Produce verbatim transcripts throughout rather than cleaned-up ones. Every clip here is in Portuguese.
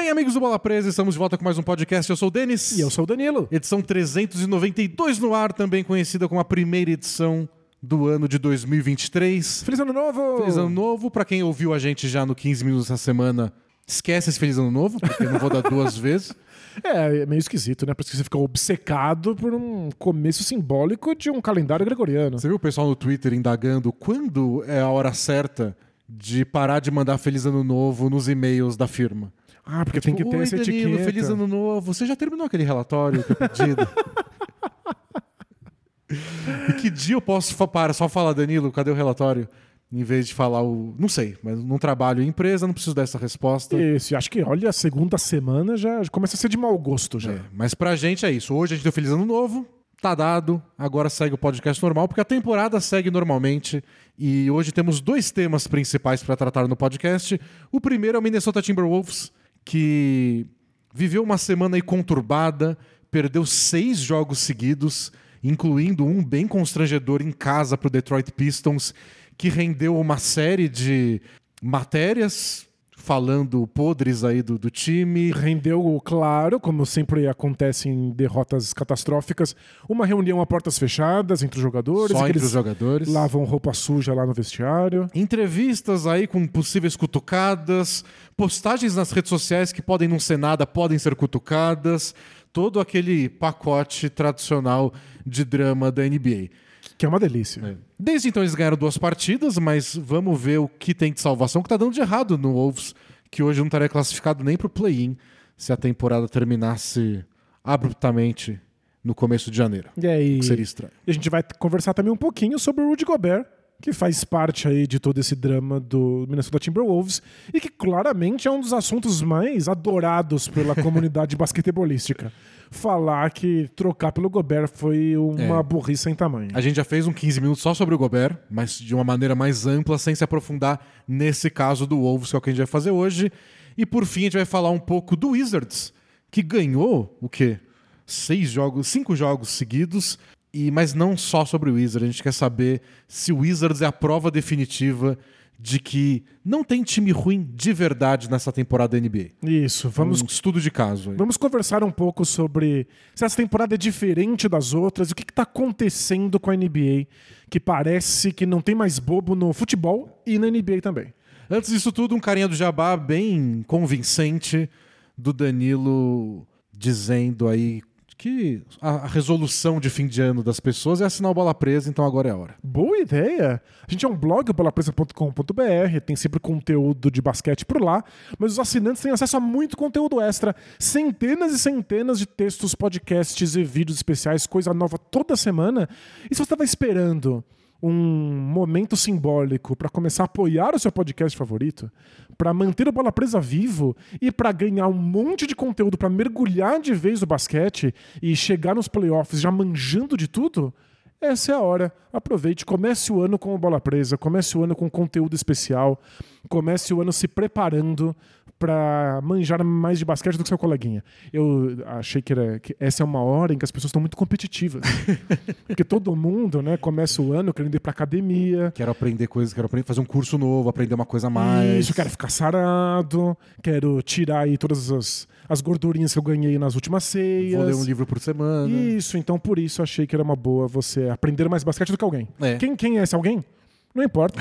Bem, amigos do Bola Presa, estamos de volta com mais um podcast. Eu sou o Denis. E eu sou o Danilo. Edição trezentos e noventa e dois no ar, também conhecida como a primeira edição do ano de dois mil e vinte e três. Feliz Ano Novo! Feliz Ano Novo. Pra quem ouviu a gente já no quinze minutos essa semana, esquece esse Feliz Ano Novo, porque eu não vou dar duas vezes. É, é meio esquisito, né? Parece que você fica obcecado por um começo simbólico de um calendário gregoriano. Você viu o pessoal no Twitter indagando quando é a hora certa de parar de mandar Feliz Ano Novo nos e-mails da firma? Ah, porque Tipo, tem que ter Oi, essa Danilo, etiqueta. Feliz Ano Novo. Você já terminou aquele relatório que eu pedido? E que dia eu posso fa- para só falar, Danilo, cadê o relatório? Em vez de falar o... Não sei, mas não trabalho em empresa, não preciso dessa resposta. Isso, acho que, olha, a segunda semana já começa a ser de mau gosto já. É, mas pra gente é isso. Hoje a gente deu Feliz Ano Novo, tá dado, agora segue o podcast normal, porque a temporada segue normalmente. E hoje temos dois temas principais para tratar no podcast. O primeiro é o Minnesota Timberwolves, que viveu uma semana aí conturbada, perdeu seis jogos seguidos, incluindo um bem constrangedor em casa para o Detroit Pistons, que rendeu uma série de matérias falando podres aí do, do time. Rendeu, claro, como sempre acontece em derrotas catastróficas, uma reunião a portas fechadas entre os jogadores. Só entre eles os jogadores. lavam roupa suja lá no vestiário. Entrevistas aí com possíveis cutucadas, postagens nas redes sociais que podem não ser nada, podem ser cutucadas, todo aquele pacote tradicional de drama da N B A. Que é uma delícia. Desde então eles ganharam duas partidas, mas vamos ver o que tem de salvação que tá dando de errado no Wolves, que hoje não estaria classificado nem pro play-in se a temporada terminasse abruptamente no começo de janeiro. E aí, Que seria estranho. E a gente vai conversar também um pouquinho sobre o Rudy Gobert, que faz parte aí de todo esse drama do Minnesota Timberwolves e que claramente é um dos assuntos mais adorados pela comunidade basquetebolística. Falar que trocar pelo Gobert foi uma É. burrice sem tamanho. A gente já fez um quinze minutos só sobre o Gobert, mas de uma maneira mais ampla, sem se aprofundar nesse caso do Wolves, que é o que a gente vai fazer hoje. E por fim a gente vai falar um pouco do Wizards, que ganhou o quê? Seis jogos, cinco jogos seguidos. E, mas não só sobre o Wizards, a gente quer saber se o Wizards é a prova definitiva de que não tem time ruim de verdade nessa temporada da N B A. Isso, vamos, Um estudo de caso aí. vamos conversar um pouco sobre se essa temporada é diferente das outras, o que está acontecendo com a N B A, que parece que não tem mais bobo no futebol e na N B A também. Antes disso tudo, um carinha do Jabá bem convincente do Danilo dizendo aí que a a resolução de fim de ano das pessoas é assinar o Bola Presa, então agora é a hora. Boa ideia! A gente é um blog, bola presa ponto com ponto b r, tem sempre conteúdo de basquete por lá, mas os assinantes têm acesso a muito conteúdo extra, centenas e centenas de textos, podcasts e vídeos especiais, coisa nova toda semana. E se você estava esperando um momento simbólico para começar a apoiar o seu podcast favorito, para manter o Bola Presa vivo e para ganhar um monte de conteúdo para mergulhar de vez no basquete e chegar nos playoffs já manjando de tudo, essa é a hora. Aproveite, comece o ano com o Bola Presa, comece o ano com conteúdo especial, comece o ano se preparando para manjar mais de basquete do que seu coleguinha. Eu achei que, era, que essa é uma hora em que as pessoas estão muito competitivas. Porque todo mundo, né, começa o ano querendo ir pra academia. Quero aprender coisas, quero aprender, fazer um curso novo, aprender uma coisa a mais. Isso, quero ficar sarado, quero tirar aí todas as, as gordurinhas que eu ganhei nas últimas ceias. Vou ler um livro por semana. Isso, então por isso achei que era uma boa você aprender mais basquete do que alguém. É. Quem, quem é esse alguém? Não importa.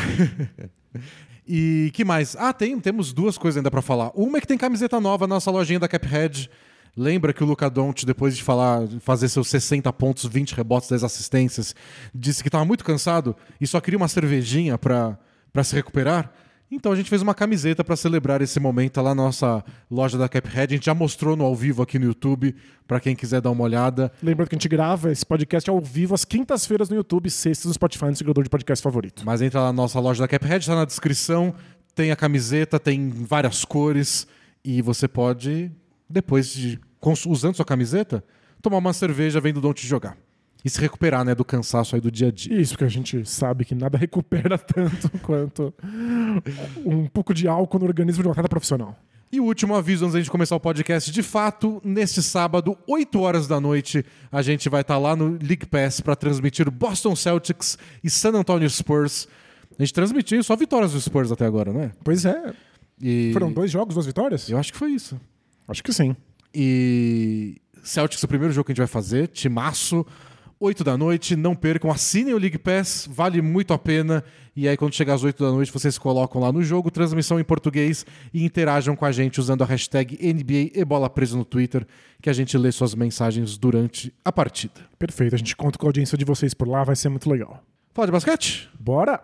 E que mais? Ah, tem, temos duas coisas ainda pra falar. Uma é que tem camiseta nova na nossa lojinha da Caphead. Lembra que o Luka Doncic, depois de falar, fazer seus sessenta pontos, vinte rebotes, dez assistências, disse que estava muito cansado e só queria uma cervejinha pra, pra se recuperar? Então a gente fez uma camiseta para celebrar esse momento lá na nossa loja da Caphead. A gente já mostrou no ao vivo aqui no YouTube, para quem quiser dar uma olhada. Lembrando que a gente grava esse podcast ao vivo às quintas-feiras no YouTube, sextas no Spotify, no seguidor de podcast favorito. Mas entra lá na nossa loja da Caphead, está na descrição, tem a camiseta, tem várias cores e você pode, depois de usando sua camiseta, tomar uma cerveja vendo Don't jogar. E se recuperar, né, do cansaço aí do dia a dia. Isso, porque a gente sabe que nada recupera tanto quanto um pouco de álcool no organismo de um atleta profissional. E o último aviso antes da gente começar o podcast, de fato, neste sábado, oito horas da noite, a gente vai estar lá no League Pass para transmitir Boston Celtics e San Antonio Spurs. A gente transmitiu só vitórias dos Spurs até agora, né? Pois é. E... Foram dois jogos, duas vitórias? Eu acho que foi isso. Acho que sim. E Celtics, o primeiro jogo que a gente vai fazer, timaço, oito da noite, não percam, assinem o League Pass, vale muito a pena. E aí quando chegar às oito da noite, vocês colocam lá no jogo, transmissão em português e interajam com a gente usando a hashtag N B A e Bola Presa no Twitter, que a gente lê suas mensagens durante a partida. Perfeito, a gente conta com a audiência de vocês por lá, vai ser muito legal. Fala de basquete? Bora!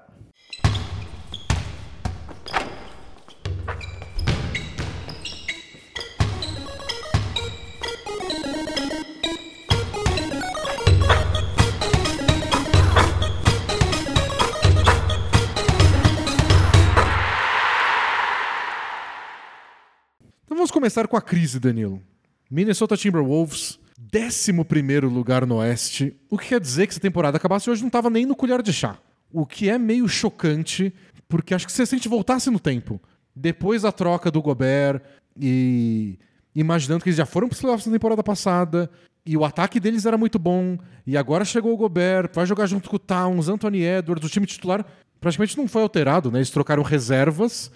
Então vamos começar com a crise, Danilo. Minnesota Timberwolves, décimo primeiro lugar no Oeste, o que quer dizer que se a temporada acabasse hoje não estava nem no colher de chá. O que é meio chocante, porque acho que se a gente voltasse no tempo, depois da troca do Gobert e imaginando que eles já foram para os playoffs na temporada passada e o ataque deles era muito bom e agora chegou o Gobert, vai jogar junto com o Towns, Anthony Edwards, o time titular praticamente não foi alterado, né? Eles trocaram reservas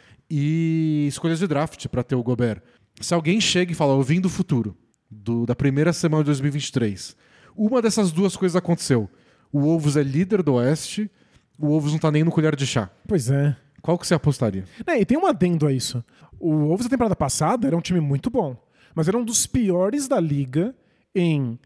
e escolhas de draft para ter o Gobert. Se alguém chega e fala, eu vim do futuro, do, da primeira semana de dois mil e vinte e três, uma dessas duas coisas aconteceu. O Wolves é líder do Oeste, o Wolves não tá nem no colher de chá. Pois é. Qual que você apostaria? É, e tem um adendo a isso. O Wolves da temporada passada era um time muito bom, mas era um dos piores da liga em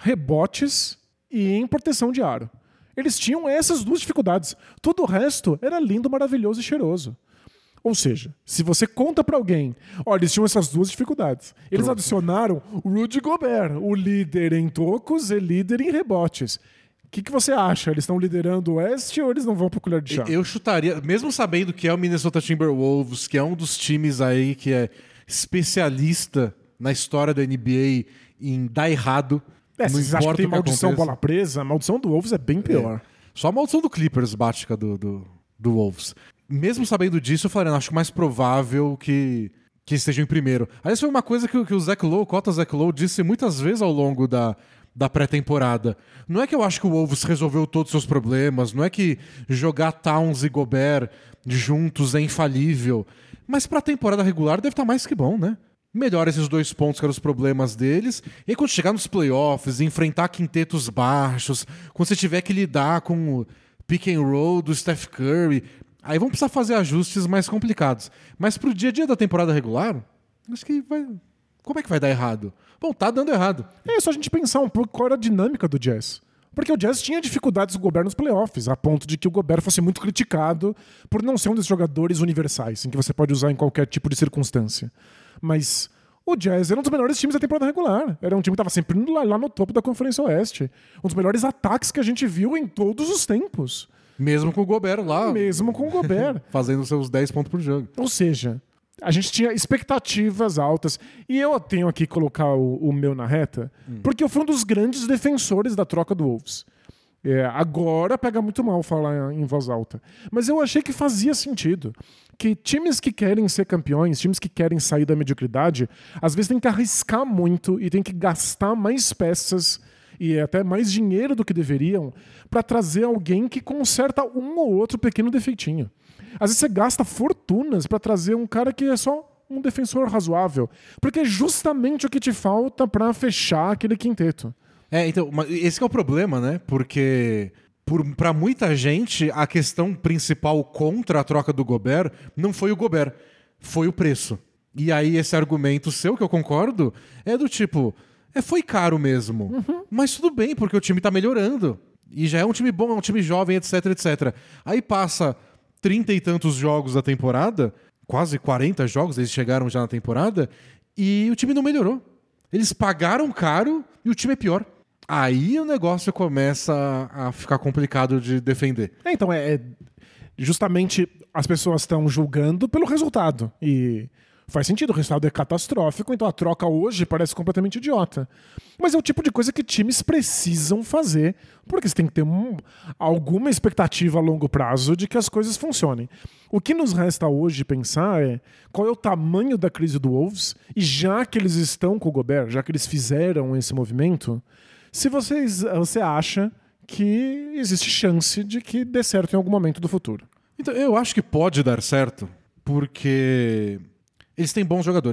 rebotes e em proteção de aro. Eles tinham essas duas dificuldades. Todo o resto era lindo, maravilhoso e cheiroso. Ou seja, se você conta pra alguém, olha, eles tinham essas duas dificuldades. Eles Pronto. adicionaram o Rudy Gobert, o líder em tocos e líder em rebotes. O que, que você acha? Eles estão liderando o Oeste ou eles não vão pro colher de chá? Eu chutaria, mesmo sabendo que é o Minnesota Timberwolves, que é um dos times aí que é especialista na história da N B A em dar errado. É, não vocês acham que tem maldição bola presa? A maldição do Wolves é bem pior. É. Só a maldição do Clippers bate com a do, do, do Wolves. Mesmo sabendo disso, eu falei, acho mais provável que, que estejam em primeiro. Aliás, foi uma coisa que, que o Zach Lowe, o Cota Zach Lowe, disse muitas vezes ao longo da, da pré-temporada. Não é que eu acho que o Wolves resolveu todos os seus problemas, não é que jogar Towns e Gobert juntos é infalível, mas pra temporada regular deve estar mais que bom, né? Melhora esses dois pontos que eram os problemas deles, e aí quando chegar nos playoffs, enfrentar quintetos baixos, quando você tiver que lidar com o pick and roll do Steph Curry, aí vão precisar fazer ajustes mais complicados. Mas pro dia a dia da temporada regular, acho que vai... Como é que vai dar errado? Bom, tá dando errado. É só a gente pensar um pouco qual era a dinâmica do Jazz. Porque o Jazz tinha dificuldades com o Gobert nos playoffs, a ponto de que o Gobert fosse muito criticado por não ser um desses jogadores universais, em que você pode usar em qualquer tipo de circunstância. Mas o Jazz era um dos melhores times da temporada regular. Era um time que estava sempre lá, lá no topo da Conferência Oeste. Um dos melhores ataques que a gente viu em todos os tempos. Mesmo com o Gobert lá. Mesmo com o Gobert. Fazendo seus dez pontos por jogo. Ou seja, a gente tinha expectativas altas. E eu tenho aqui que colocar o, o meu na reta, hum. porque eu fui um dos grandes defensores da troca do Wolves. É, agora pega muito mal falar em voz alta. Mas eu achei que fazia sentido. Que times que querem ser campeões, times que querem sair da mediocridade, às vezes tem que arriscar muito e tem que gastar mais peças e até mais dinheiro do que deveriam para trazer alguém que conserta um ou outro pequeno defeitinho. Às vezes você gasta fortunas para trazer um cara que é só um defensor razoável, porque é justamente o que te falta para fechar aquele quinteto. É, então, esse é o problema, né? Porque para muita gente a questão principal contra a troca do Gobert não foi o Gobert, foi o preço. E aí esse argumento seu, que eu concordo, é do tipo, é, foi caro mesmo, uhum. mas tudo bem, porque o time tá melhorando. E já é um time bom, é um time jovem, etc, etcétera. Aí passa trinta e tantos jogos da temporada, quase quarenta jogos, eles chegaram já na temporada, e o time não melhorou. Eles pagaram caro e o time é pior. Aí o negócio começa a ficar complicado de defender. É, então, é, é justamente as pessoas estão julgando pelo resultado. E faz sentido, o resultado é catastrófico, então a troca hoje parece completamente idiota. Mas é o tipo de coisa que times precisam fazer, porque você tem que ter um, alguma expectativa a longo prazo de que as coisas funcionem. O que nos resta hoje pensar é qual é o tamanho da crise do Wolves, e já que eles estão com o Gobert, já que eles fizeram esse movimento, se vocês, você acha que existe chance de que dê certo em algum momento do futuro. Então, eu acho que pode dar certo, porque eles têm bons jogadores.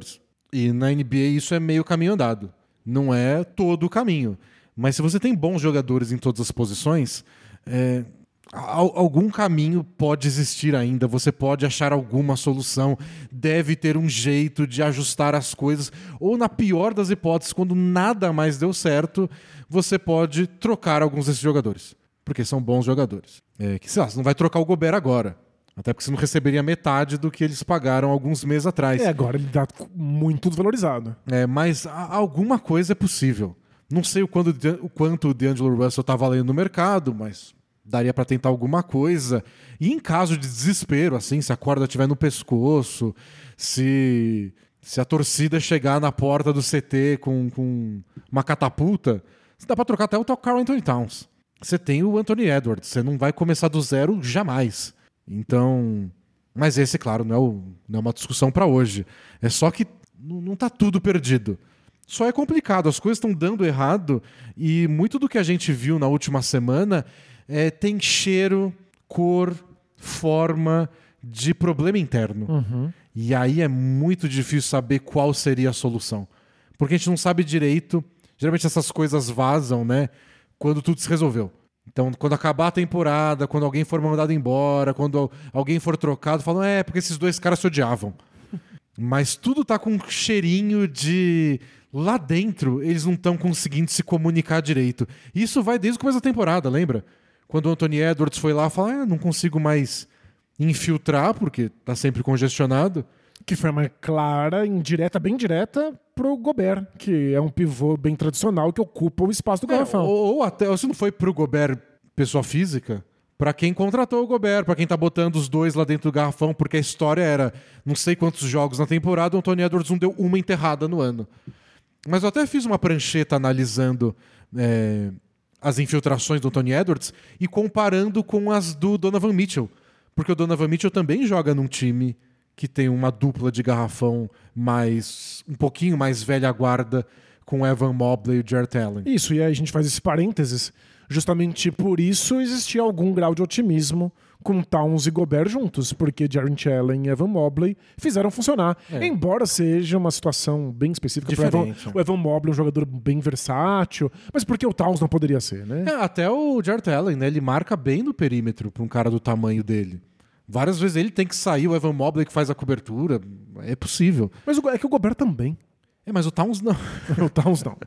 E na N B A isso é meio caminho andado. Não é todo o caminho. Mas se você tem bons jogadores em todas as posições, é, algum caminho pode existir ainda. Você pode achar alguma solução. Deve ter um jeito de ajustar as coisas. Ou, na pior das hipóteses, quando nada mais deu certo, você pode trocar alguns desses jogadores. Porque são bons jogadores. É, que, sei lá, você não vai trocar o Gobert agora. Até porque você não receberia metade do que eles pagaram alguns meses atrás. É, agora ele tá muito desvalorizado. É, mas a, alguma coisa é possível. Não sei o, quando, o quanto o D'Angelo Russell tá valendo no mercado, mas daria para tentar alguma coisa. E em caso de desespero, assim, se a corda estiver no pescoço, se, se a torcida chegar na porta do C T com, com uma catapulta, dá para trocar até o Karl Anthony Towns. Você tem o Anthony Edwards, você não vai começar do zero jamais. Então, mas esse, claro, não é, o, não é uma discussão para hoje. É só que não, não tá tudo perdido. Só é complicado, as coisas estão dando errado e muito do que a gente viu na última semana é, tem cheiro, cor, forma de problema interno. Uhum. E aí é muito difícil saber qual seria a solução. Porque a gente não sabe direito. Geralmente essas coisas vazam, né? Quando tudo se resolveu. Então, quando acabar a temporada, quando alguém for mandado embora, quando alguém for trocado, falam, é, porque esses dois caras se odiavam. Mas tudo tá com um cheirinho de... Lá dentro, eles não estão conseguindo se comunicar direito. Isso vai desde o começo da temporada, lembra? Quando o Anthony Edwards foi lá e falou, ah, não consigo mais infiltrar, porque tá sempre congestionado. Que foi uma clara, indireta, bem direta pro Gobert, que é um pivô bem tradicional que ocupa o espaço do garrafão. É, ou, ou até, se não foi pro Gobert pessoa física, pra quem contratou o Gobert, pra quem tá botando os dois lá dentro do garrafão, porque a história era não sei quantos jogos na temporada, o Anthony Edwards não deu uma enterrada no ano. Mas eu até fiz uma prancheta analisando é, as infiltrações do Anthony Edwards e comparando com as do Donovan Mitchell. Porque o Donovan Mitchell também joga num time que tem uma dupla de garrafão mais um pouquinho mais velha guarda com o Evan Mobley e o Jarrett Allen. Isso, e aí a gente faz esse parênteses. Justamente por isso existia algum grau de otimismo com Towns e Gobert juntos, porque Jarrett Allen e Evan Mobley fizeram funcionar. É. Embora seja uma situação bem específica. Evan, o Evan Mobley é um jogador bem versátil, mas por que o Towns não poderia ser, né? É, até o Jarrett Allen, né? Ele marca bem no perímetro para um cara do tamanho dele. Várias vezes ele tem que sair, o Evan Mobley que faz a cobertura. É possível. Mas é que o Gobert também. É, mas o Towns não. O Towns não.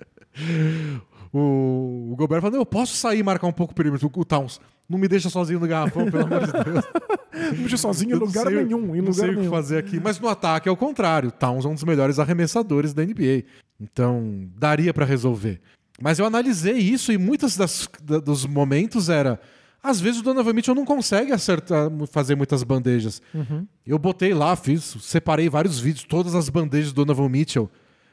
o, o Gobert fala, eu posso sair e marcar um pouco o perímetro. O Towns, não me deixa sozinho no garrafão, pelo amor de Deus. Não me deixa sozinho em lugar sei, nenhum. Em não lugar sei nenhum. o que fazer aqui. Mas no ataque é o contrário. O Towns é um dos melhores arremessadores da N B A. Então, daria pra resolver. Mas eu analisei isso e muitos das, da, dos momentos era... Às vezes o Donovan Mitchell não consegue acertar, fazer muitas bandejas. Uhum. Eu botei lá, fiz, separei vários vídeos, todas as bandejas do Donovan Mitchell.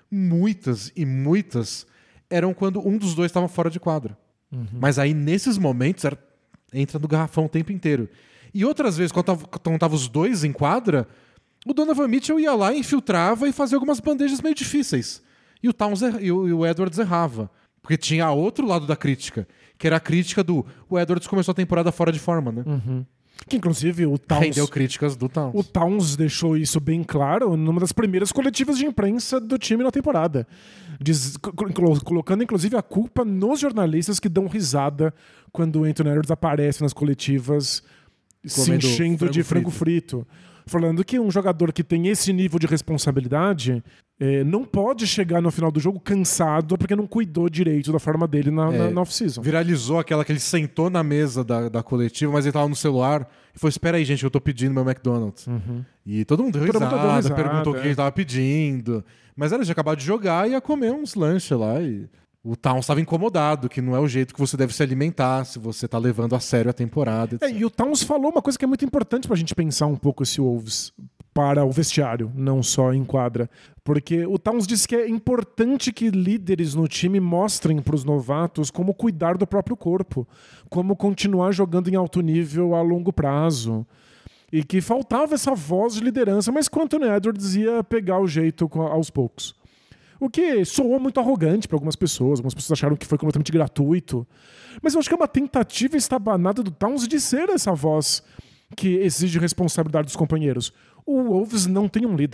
Muitas e muitas eram quando um dos dois estava fora de quadra. Uhum. Mas aí, nesses momentos, era, entra no garrafão o tempo inteiro. E outras vezes, quando estavam os dois em quadra, o Donovan Mitchell ia lá, infiltrava e fazia algumas bandejas meio difíceis. E o, Towns er- e o, e o Edwards errava. Porque tinha outro lado da crítica, que era a crítica do... O Edwards começou a temporada fora de forma, né? Uhum. Que, inclusive, o Towns... Rendeu críticas do Towns. O Towns deixou isso bem claro numa das primeiras coletivas de imprensa do time na temporada. Diz, colocando, inclusive, a culpa nos jornalistas que dão risada quando o Anthony Edwards aparece nas coletivas se enchendo frango de frango frito. frito. Falando que um jogador que tem esse nível de responsabilidade é, não pode chegar no final do jogo cansado porque não cuidou direito da forma dele na, é, na, na off-season. Viralizou aquela que ele sentou na mesa da, da coletiva, mas ele tava no celular e falou, espera aí, gente, eu tô pedindo meu McDonald's. Uhum. E todo mundo deu risada, todo mundo deu risada perguntou o é. que ele tava pedindo. Mas era de acabar de jogar e ia comer uns lanches lá e... O Towns estava incomodado, que não é o jeito que você deve se alimentar se você está levando a sério a temporada. É, e o Towns falou uma coisa que é muito importante para a gente pensar um pouco esse Wolves para o vestiário, não só em quadra. Porque o Towns disse que é importante que líderes no time mostrem para os novatos como cuidar do próprio corpo, como continuar jogando em alto nível a longo prazo. E que faltava essa voz de liderança, mas que o Anthony Edwards ia pegar o jeito aos poucos. O que soou muito arrogante para algumas pessoas. Algumas pessoas acharam que foi completamente gratuito. Mas eu acho que é uma tentativa estabanada do Towns de ser essa voz que exige responsabilidade dos companheiros. O Wolves não tem um líder.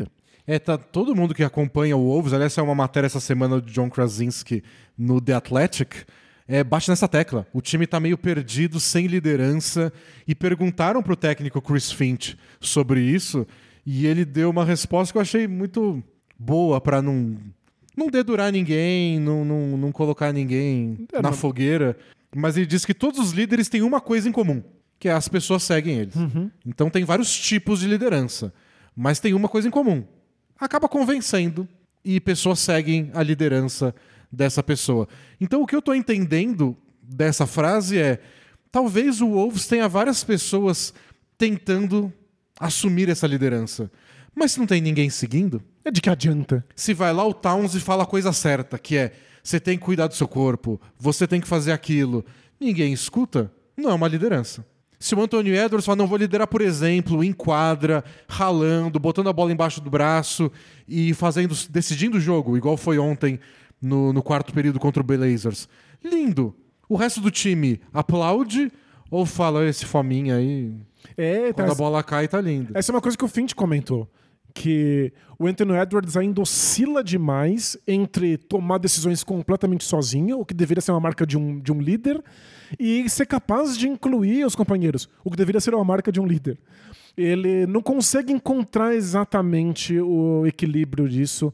É, tá todo mundo que acompanha o Wolves, aliás, é uma matéria essa semana do John Krasinski no The Athletic, é, bate nessa tecla. O time tá meio perdido, sem liderança, e perguntaram pro técnico Chris Finch sobre isso, e ele deu uma resposta que eu achei muito boa pra não, não dedurar ninguém, não, não, não colocar ninguém é, na não. fogueira, mas ele disse que todos os líderes têm uma coisa em comum, que é as pessoas seguem eles. Uhum. Então tem vários tipos de liderança, mas tem uma coisa em comum. Acaba convencendo e pessoas seguem a liderança dessa pessoa. Então o que eu tô entendendo dessa frase é, talvez o Wolves tenha várias pessoas tentando assumir essa liderança, mas se não tem ninguém seguindo, É de que adianta? se vai lá o Towns e fala a coisa certa, que é, você tem que cuidar do seu corpo, você tem que fazer aquilo, ninguém escuta, não é uma liderança. Se o Anthony Edwards fala, não, vou liderar por exemplo, em quadra, ralando, botando a bola embaixo do braço e fazendo, decidindo o jogo, igual foi ontem no, no quarto período contra o Blazers. Lindo. O resto do time aplaude ou fala, esse fominha aí, É, quando tá, a bola cai, tá lindo. essa é uma coisa que o Finch comentou, que o Anthony Edwards ainda oscila demais entre tomar decisões completamente sozinho, o que deveria ser uma marca de um, de um líder, e ser capaz de incluir os companheiros, o que deveria ser uma marca de um líder. Ele não consegue encontrar exatamente o equilíbrio disso,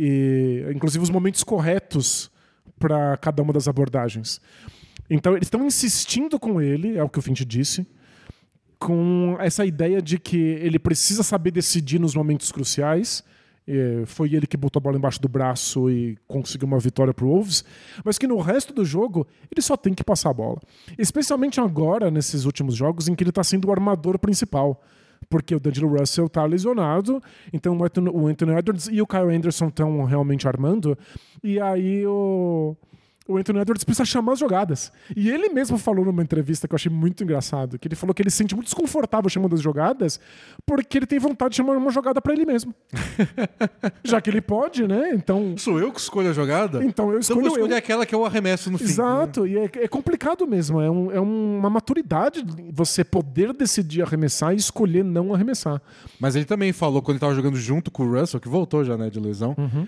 e inclusive os momentos corretos para cada uma das abordagens. Então eles estão insistindo com ele, é o que o Finch disse, com essa ideia de que ele precisa saber decidir nos momentos cruciais. É, foi ele que botou a bola embaixo do braço e conseguiu uma vitória pro Wolves, mas que no resto do jogo ele só tem que passar a bola. Especialmente agora, nesses últimos jogos, em que ele está sendo o armador principal. Porque o D'Angelo Russell está lesionado, então o Anthony Edwards e o Kyle Anderson estão realmente armando, e aí o... o Anthony Edwards precisa chamar as jogadas. E ele mesmo falou numa entrevista que eu achei muito engraçado, que ele falou que ele se sente muito desconfortável chamando as jogadas porque ele tem vontade de chamar uma jogada pra ele mesmo. Já que ele pode, né? Então... Sou eu que escolho a jogada? Então eu escolho então vou escolher eu. aquela que eu arremesso no fim. Exato, né? E é, é complicado mesmo. É, um, é uma maturidade você poder decidir arremessar e escolher não arremessar. Mas ele também falou, quando ele tava jogando junto com o Russell, que voltou já, né, de lesão, Uhum.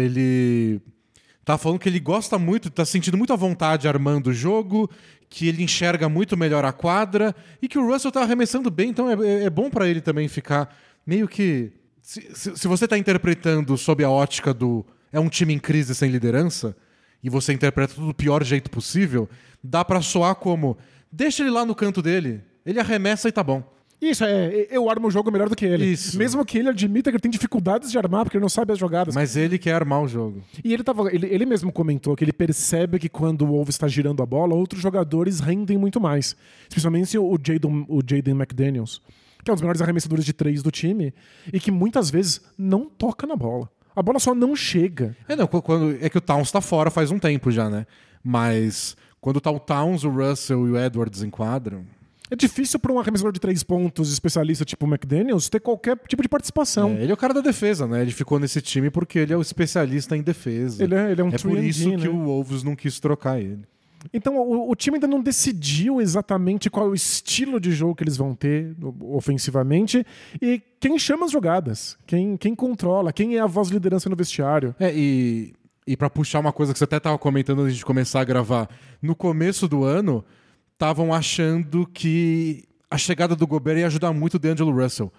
ele... tá falando que ele gosta muito, tá sentindo muita vontade armando o jogo, que ele enxerga muito melhor a quadra e que o Russell tá arremessando bem, então é, é bom pra ele também ficar meio que... Se, se, se você tá interpretando sob a ótica do é um time em crise sem liderança e você interpreta tudo do pior jeito possível, dá pra soar como deixa ele lá no canto dele, ele arremessa e tá bom. Isso, é, eu armo o jogo melhor do que ele. Isso. Mesmo que ele admita que ele tem dificuldades de armar porque ele não sabe as jogadas. Mas ele quer armar o jogo. E ele, tava, ele, ele mesmo comentou que ele percebe que quando o Wolves está girando a bola, outros jogadores rendem muito mais. Especialmente o Jaden, o Jaden McDaniels, que é um dos melhores arremessadores de três do time e que muitas vezes não toca na bola. A bola só não chega. É, não, quando, é que o Towns tá fora faz um tempo já, né? Mas quando tá o Towns, o Russell e o Edwards em quadro... É difícil para um arremessador de três pontos especialista tipo o McDaniels ter qualquer tipo de participação. É, ele é o cara da defesa, né? Ele ficou nesse time porque ele é o especialista em defesa. Ele é, ele é um É por isso né? que o Wolves não quis trocar ele. Então o, o time ainda não decidiu exatamente qual é o estilo de jogo que eles vão ter ofensivamente e quem chama as jogadas, quem, quem controla, quem é a voz de liderança no vestiário. É, e, e para puxar uma coisa que você até tava comentando antes de começar a gravar, no começo do ano estavam achando que a chegada do Gobert ia ajudar muito o D'Angelo Russell,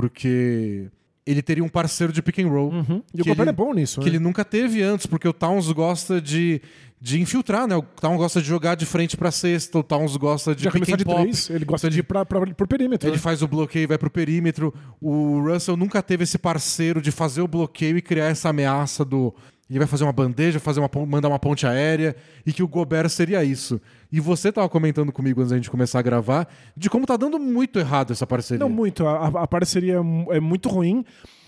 porque ele teria um parceiro de pick and roll. Uhum. E o que Gobert ele, é bom nisso, que né? ele nunca teve antes, porque o Towns gosta de, de infiltrar, né? O Towns gosta de jogar de frente pra cesta, o Towns gosta de, De pick arremessar and de pop. três, ele gosta Então de ir pra, pra, pro perímetro. Ele né? faz o bloqueio e vai pro perímetro. O Russell nunca teve esse parceiro de fazer o bloqueio e criar essa ameaça do... Ele vai fazer uma bandeja, fazer uma, mandar uma ponte aérea, e que o Gobert seria isso. E você tava comentando comigo antes da gente começar a gravar de como tá dando muito errado essa parceria. Não, muito. A, a parceria é muito ruim,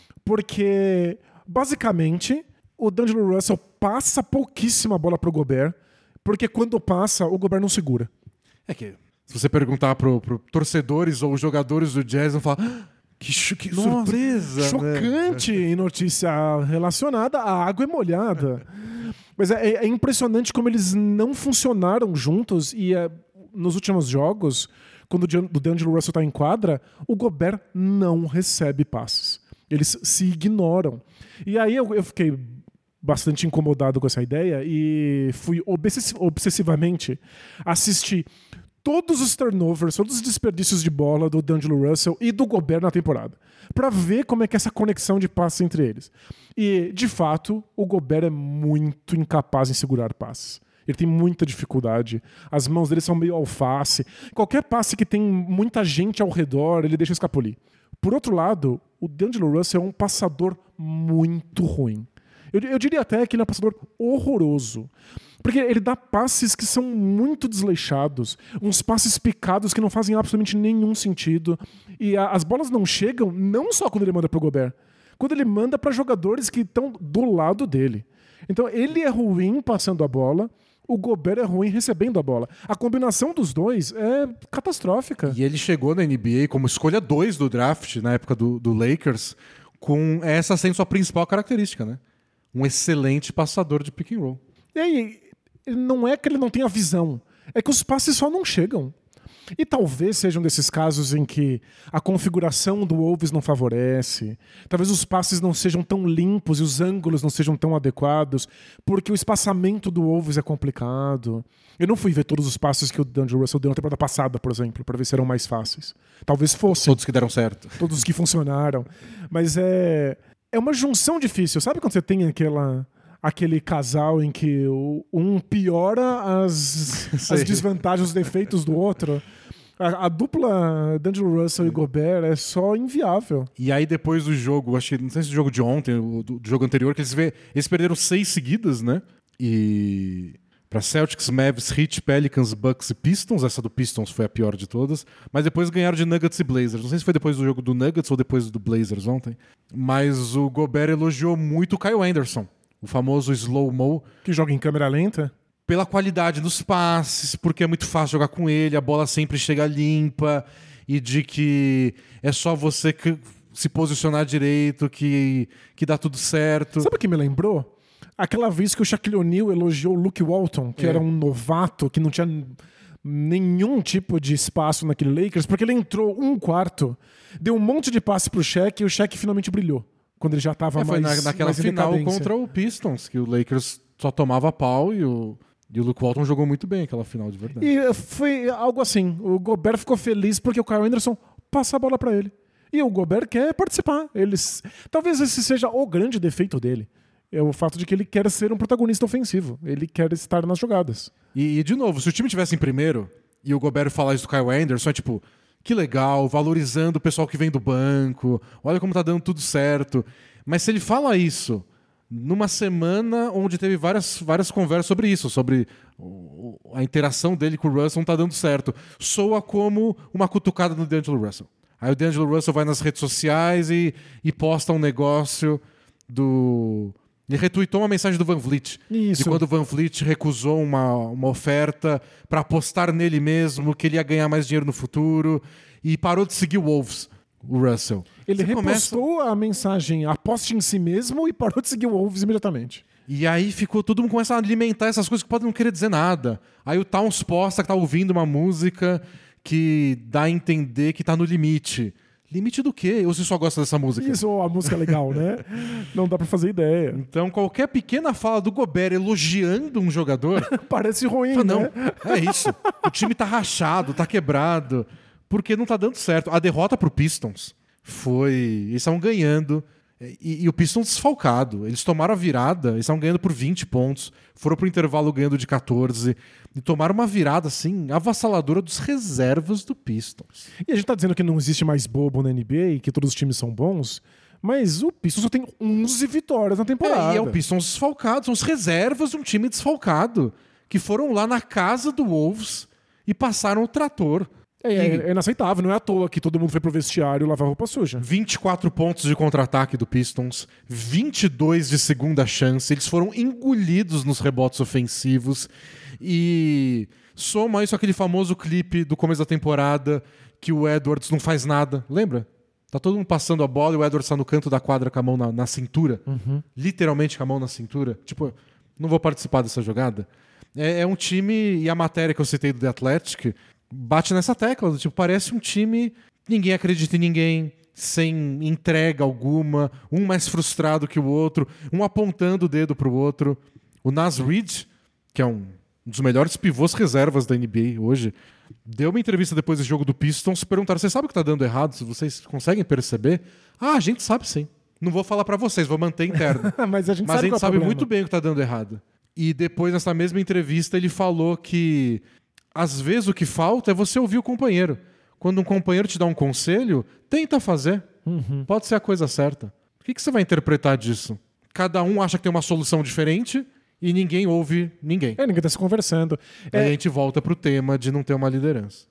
porque, basicamente, o D'Angelo Russell passa pouquíssima bola pro Gobert, porque quando passa, o Gobert não segura. É que, se você perguntar pro, pro torcedores ou jogadores do Jazz, vão falar... "Ah, que, cho- que Nossa, surpresa! né?" Chocante em notícia relacionada à água é molhada. Mas é, é impressionante como eles não funcionaram juntos e é, nos últimos jogos, quando o D'Angelo Russell tá em quadra, o Gobert não recebe passes. Eles se ignoram. E aí eu, eu fiquei bastante incomodado com essa ideia e fui obsessiv- obsessivamente assistir todos os turnovers, todos os desperdícios de bola do D'Angelo Russell e do Gobert na temporada, pra ver como é que é essa conexão de passes entre eles. E, de fato, o Gobert é muito incapaz em segurar passes. Ele tem muita dificuldade. As mãos dele são meio alface. Qualquer passe que tem muita gente ao redor, ele deixa escapulir. Por outro lado, o D'Angelo Russell é um passador muito ruim. Eu, eu diria até que ele é um passador horroroso. Porque ele dá passes que são muito desleixados, uns passes picados que não fazem absolutamente nenhum sentido. E a, as bolas não chegam não só quando ele manda pro Gobert, quando ele manda para jogadores que estão do lado dele. Então ele é ruim passando a bola, o Gobert é ruim recebendo a bola. A combinação dos dois é catastrófica. E ele chegou na N B A como escolha dois do draft, na época do, do Lakers, com essa sendo sua principal característica, né? Um excelente passador de pick and roll. E aí, não é que ele não tenha visão, é que os passes só não chegam. E talvez seja um desses casos em que a configuração do Wolves não favorece, talvez os passes não sejam tão limpos e os ângulos não sejam tão adequados, porque o espaçamento do Wolves é complicado. Eu não fui ver todos os passes que o D'Angelo Russell deu na temporada passada, por exemplo, para ver se eram mais fáceis. Talvez fossem. Todos que deram certo. Todos que funcionaram. Mas é, é uma junção difícil. Sabe quando você tem aquela... aquele casal em que o, um piora as, as desvantagens, os defeitos do outro? A, a dupla D'Angelo Russell e Gobert é só inviável. E aí depois do jogo, acho que não sei se do jogo de ontem, ou do, do jogo anterior, que eles, vê, eles perderam seis seguidas, né? E para Celtics, Mavs, Heat, Pelicans, Bucks e Pistons, essa do Pistons foi a pior de todas, mas depois ganharam de Nuggets e Blazers. Não sei se foi depois do jogo do Nuggets ou depois do Blazers ontem, mas o Gobert elogiou muito o Kyle Anderson, o famoso slow-mo. Que joga em câmera lenta? Pela qualidade dos passes, porque é muito fácil jogar com ele, a bola sempre chega limpa, e de que é só você que se posicionar direito que, que dá tudo certo. Sabe o que me lembrou? Aquela vez que o Shaquille O'Neal elogiou o Luke Walton, que é. era um novato, que não tinha nenhum tipo de espaço naquele Lakers, porque ele entrou um quarto, deu um monte de passe pro Shaq e o Shaq finalmente brilhou. Quando ele já estava é, mais Foi na, naquela mais final contra o Pistons, que o Lakers só tomava pau e o, e o Luke Walton jogou muito bem aquela final, de verdade. E foi algo assim, o Gobert ficou feliz porque o Kyle Anderson passa a bola para ele. E o Gobert quer participar. Eles... Talvez esse seja o grande defeito dele. É o fato de que ele quer ser um protagonista ofensivo. Ele quer estar nas jogadas. E, e de novo, se o time tivesse em primeiro e o Gobert falar isso do Kyle Anderson, é tipo... Que legal, valorizando o pessoal que vem do banco, olha como tá dando tudo certo. Mas se ele fala isso numa semana onde teve várias, várias conversas sobre isso, sobre a interação dele com o Russell não tá dando certo, soa como uma cutucada no D'Angelo Russell. Aí o D'Angelo Russell vai nas redes sociais e, e posta um negócio do... Ele retweetou uma mensagem do Van Vliet. Isso. De quando o Van Vliet recusou uma, uma oferta para apostar nele mesmo, que ele ia ganhar mais dinheiro no futuro, e parou de seguir o Wolves, o Russell. Ele Você repostou começa... a mensagem aposte em si mesmo e parou de seguir o Wolves imediatamente. E aí ficou, todo mundo começa a alimentar essas coisas que podem não querer dizer nada. Aí o Towns posta que tá ouvindo uma música que dá a entender que tá no limite. Limite do quê? Ou você só gosta dessa música? Isso, a música é legal, né? Não dá pra fazer ideia. Então, qualquer pequena fala do Gobert elogiando um jogador... Parece ruim, fala, né? Não, é isso. O time tá rachado, tá quebrado, porque não tá dando certo. A derrota pro Pistons foi... Eles estavam ganhando, e, e o Pistons desfalcado. Eles tomaram a virada, eles estavam ganhando por vinte pontos, foram pro intervalo ganhando de catorze, e tomaram uma virada, assim, avassaladora dos reservas do Pistons. E a gente tá dizendo que não existe mais bobo na N B A e que todos os times são bons, mas o Pistons só tem onze vitórias na temporada. É, e é o Pistons desfalcado, são os reservas de um time desfalcado, que foram lá na casa do Wolves e passaram o trator. É, é, é inaceitável, não é à toa que todo mundo foi pro vestiário lavar roupa suja. vinte e quatro pontos de contra-ataque do Pistons, vinte e dois de segunda chance, eles foram engolidos nos rebotes ofensivos e soma isso aquele famoso clipe do começo da temporada que o Edwards não faz nada, lembra? Tá todo mundo passando a bola e o Edwards tá no canto da quadra com a mão na, na cintura, uhum. literalmente com a mão na cintura, tipo, não vou participar dessa jogada. É, é um time, e a matéria que eu citei do The Athletic bate nessa tecla, tipo, parece um time, ninguém acredita em ninguém, sem entrega alguma, um mais frustrado que o outro, um apontando o dedo pro outro. O Naz Reid, que é um dos melhores pivôs reservas da N B A hoje, deu uma entrevista depois do jogo do Pistons, perguntaram, você sabe o que tá dando errado? Se vocês conseguem perceber? Ah, a gente sabe sim. Não vou falar pra vocês, vou manter interno. Mas a gente Mas sabe, a gente qual é o sabe problema. muito bem o que tá dando errado. E depois, nessa mesma entrevista, ele falou que às vezes o que falta é você ouvir o companheiro. Quando um companheiro te dá um conselho, tenta fazer. Uhum. Pode ser a coisa certa. O que, que você vai interpretar disso? Cada um acha que tem uma solução diferente e ninguém ouve ninguém. É, ninguém tá se conversando. Aí É, a gente volta pro tema de não ter uma liderança.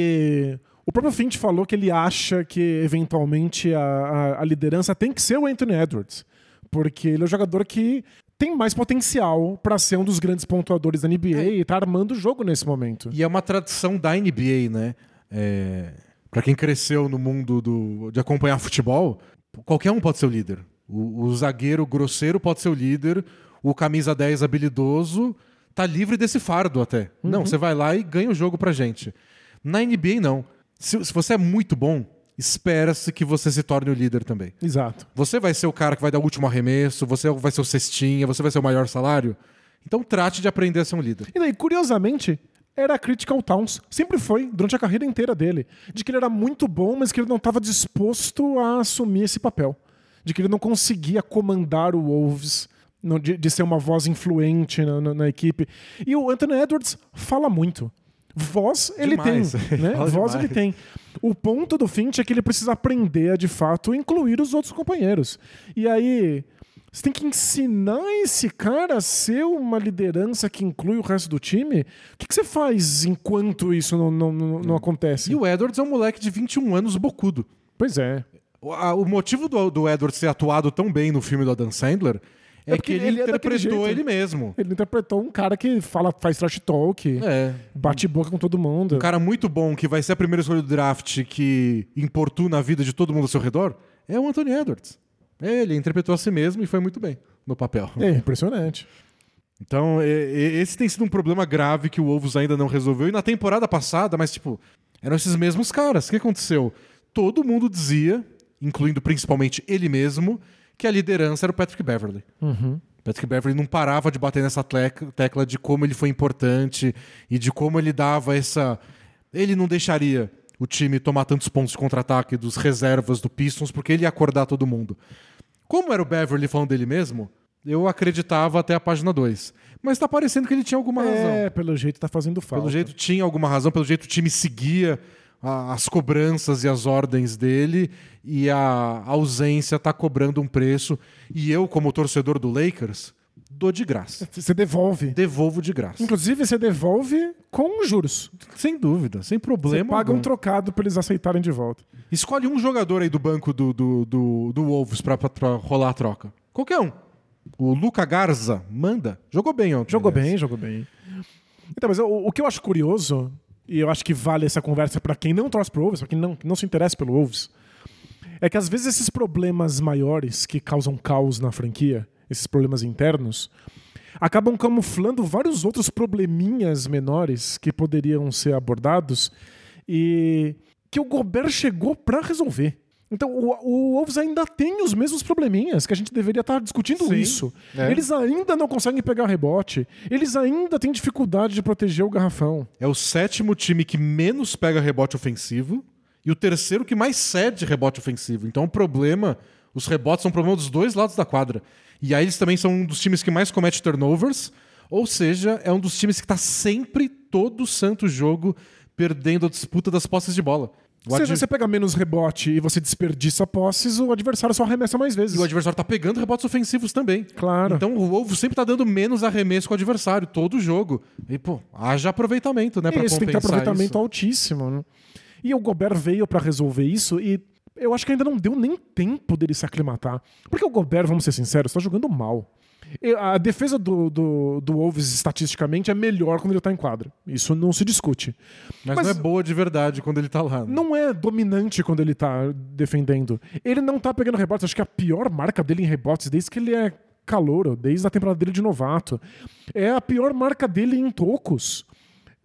e o próprio Finch falou que ele acha que, eventualmente, a, a, a liderança tem que ser o Anthony Edwards. Porque ele é o jogador que tem mais potencial para ser um dos grandes pontuadores da N B A é. e tá armando o jogo nesse momento. E é uma tradição da N B A, né? É... Para quem cresceu no mundo do... de acompanhar futebol, qualquer um pode ser o líder. O, o zagueiro grosseiro pode ser o líder, o camisa dez habilidoso tá livre desse fardo até. Uhum. Não, você vai lá e ganha o jogo pra gente. Na N B A, não. Se, se você é muito bom, espera-se que você se torne o líder também. Exato. Você vai ser o cara que vai dar o último arremesso, você vai ser o cestinha, você vai ser o maior salário. Então trate de aprender a ser um líder. E daí, curiosamente, era a crítica ao Towns. Sempre foi, durante a carreira inteira dele. De que ele era muito bom, mas que ele não estava disposto a assumir esse papel. De que ele não conseguia comandar o Wolves, de, de ser uma voz influente na, na, na equipe. E o Anthony Edwards fala muito. Voz ele demais. tem, né? Voz demais. ele tem. O ponto do Finch é que ele precisa aprender a, de fato, incluir os outros companheiros. E aí, você tem que ensinar esse cara a ser uma liderança que inclui o resto do time? O que, que você faz enquanto isso não, não, não, não acontece? E o Edwards é um moleque de vinte e um anos bocudo. Pois é. O, a, o motivo do, do Edwards ter atuado tão bem no filme do Adam Sandler é, é que ele, ele interpretou é ele mesmo. Ele interpretou um cara que fala, faz trash talk, é. bate boca com todo mundo. Um cara muito bom, que vai ser a primeira escolha do draft, que importuna a vida de todo mundo ao seu redor, é o Anthony Edwards. Ele interpretou a si mesmo e foi muito bem no papel. É impressionante. Então, esse tem sido um problema grave que o Wolves ainda não resolveu. E na temporada passada, mas tipo, eram esses mesmos caras. O que aconteceu? Todo mundo dizia, incluindo principalmente ele mesmo, que a liderança era o Patrick Beverley. Uhum. Patrick Beverley não parava de bater nessa tecla de como ele foi importante e de como ele dava essa... Ele não deixaria o time tomar tantos pontos de contra-ataque dos reservas do Pistons, porque ele ia acordar todo mundo. Como era o Beverley falando dele mesmo, eu acreditava até a página dois. Mas tá parecendo que ele tinha alguma razão. É, pelo jeito tá fazendo falta. Pelo jeito tinha alguma razão, pelo jeito o time seguia as cobranças e as ordens dele, e a ausência tá cobrando um preço. E eu, como torcedor do Lakers, dou de graça. Você devolve. Devolvo de graça. Inclusive, você devolve com juros. Sem dúvida, sem problema. Você paga algum. um trocado pra eles aceitarem de volta. Escolhe um jogador aí do banco do, do, do, do Wolves pra, pra, pra rolar a troca. Qualquer um. O Luca Garza, manda. Jogou bem ontem. Jogou aliás. bem, jogou bem. Então, mas o, o que eu acho curioso, e eu acho que vale essa conversa pra quem não torce pro Wolves, pra quem não, não se interessa pelo Wolves, é que às vezes esses problemas maiores que causam caos na franquia, esses problemas internos, acabam camuflando vários outros probleminhas menores que poderiam ser abordados e que o Gobert chegou pra resolver. Então, o, o Wolves ainda tem os mesmos probleminhas que a gente deveria estar discutindo. Sim, isso. É. Eles ainda não conseguem pegar rebote. Eles ainda têm dificuldade de proteger o garrafão. É o sétimo time que menos pega rebote ofensivo e o terceiro que mais cede rebote ofensivo. Então, o problema, os rebotes são um problema dos dois lados da quadra. E aí eles também são um dos times que mais comete turnovers, ou seja, é um dos times que está sempre, todo santo jogo, perdendo a disputa das posses de bola. Se adver... você pega menos rebote e você desperdiça posses, o adversário só arremessa mais vezes. E o adversário tá pegando rebotes ofensivos também. Claro. Então o Wolves sempre tá dando menos arremesso com o adversário, todo jogo. E, pô, haja aproveitamento, né, pra isso, compensar tem que ter aproveitamento isso. altíssimo, né? E o Gobert veio pra resolver isso e eu acho que ainda não deu nem tempo dele se aclimatar. Porque o Gobert, vamos ser sinceros, tá jogando mal. A defesa do, do, do Wolves, estatisticamente, é melhor quando ele tá em quadra. Isso não se discute. Mas, Mas não é boa de verdade quando ele tá lá. Né? Não é dominante quando ele tá defendendo. Ele não tá pegando rebotes. Acho que a pior marca dele em rebotes, desde que ele é calouro, desde a temporada dele de novato. É a pior marca dele em tocos.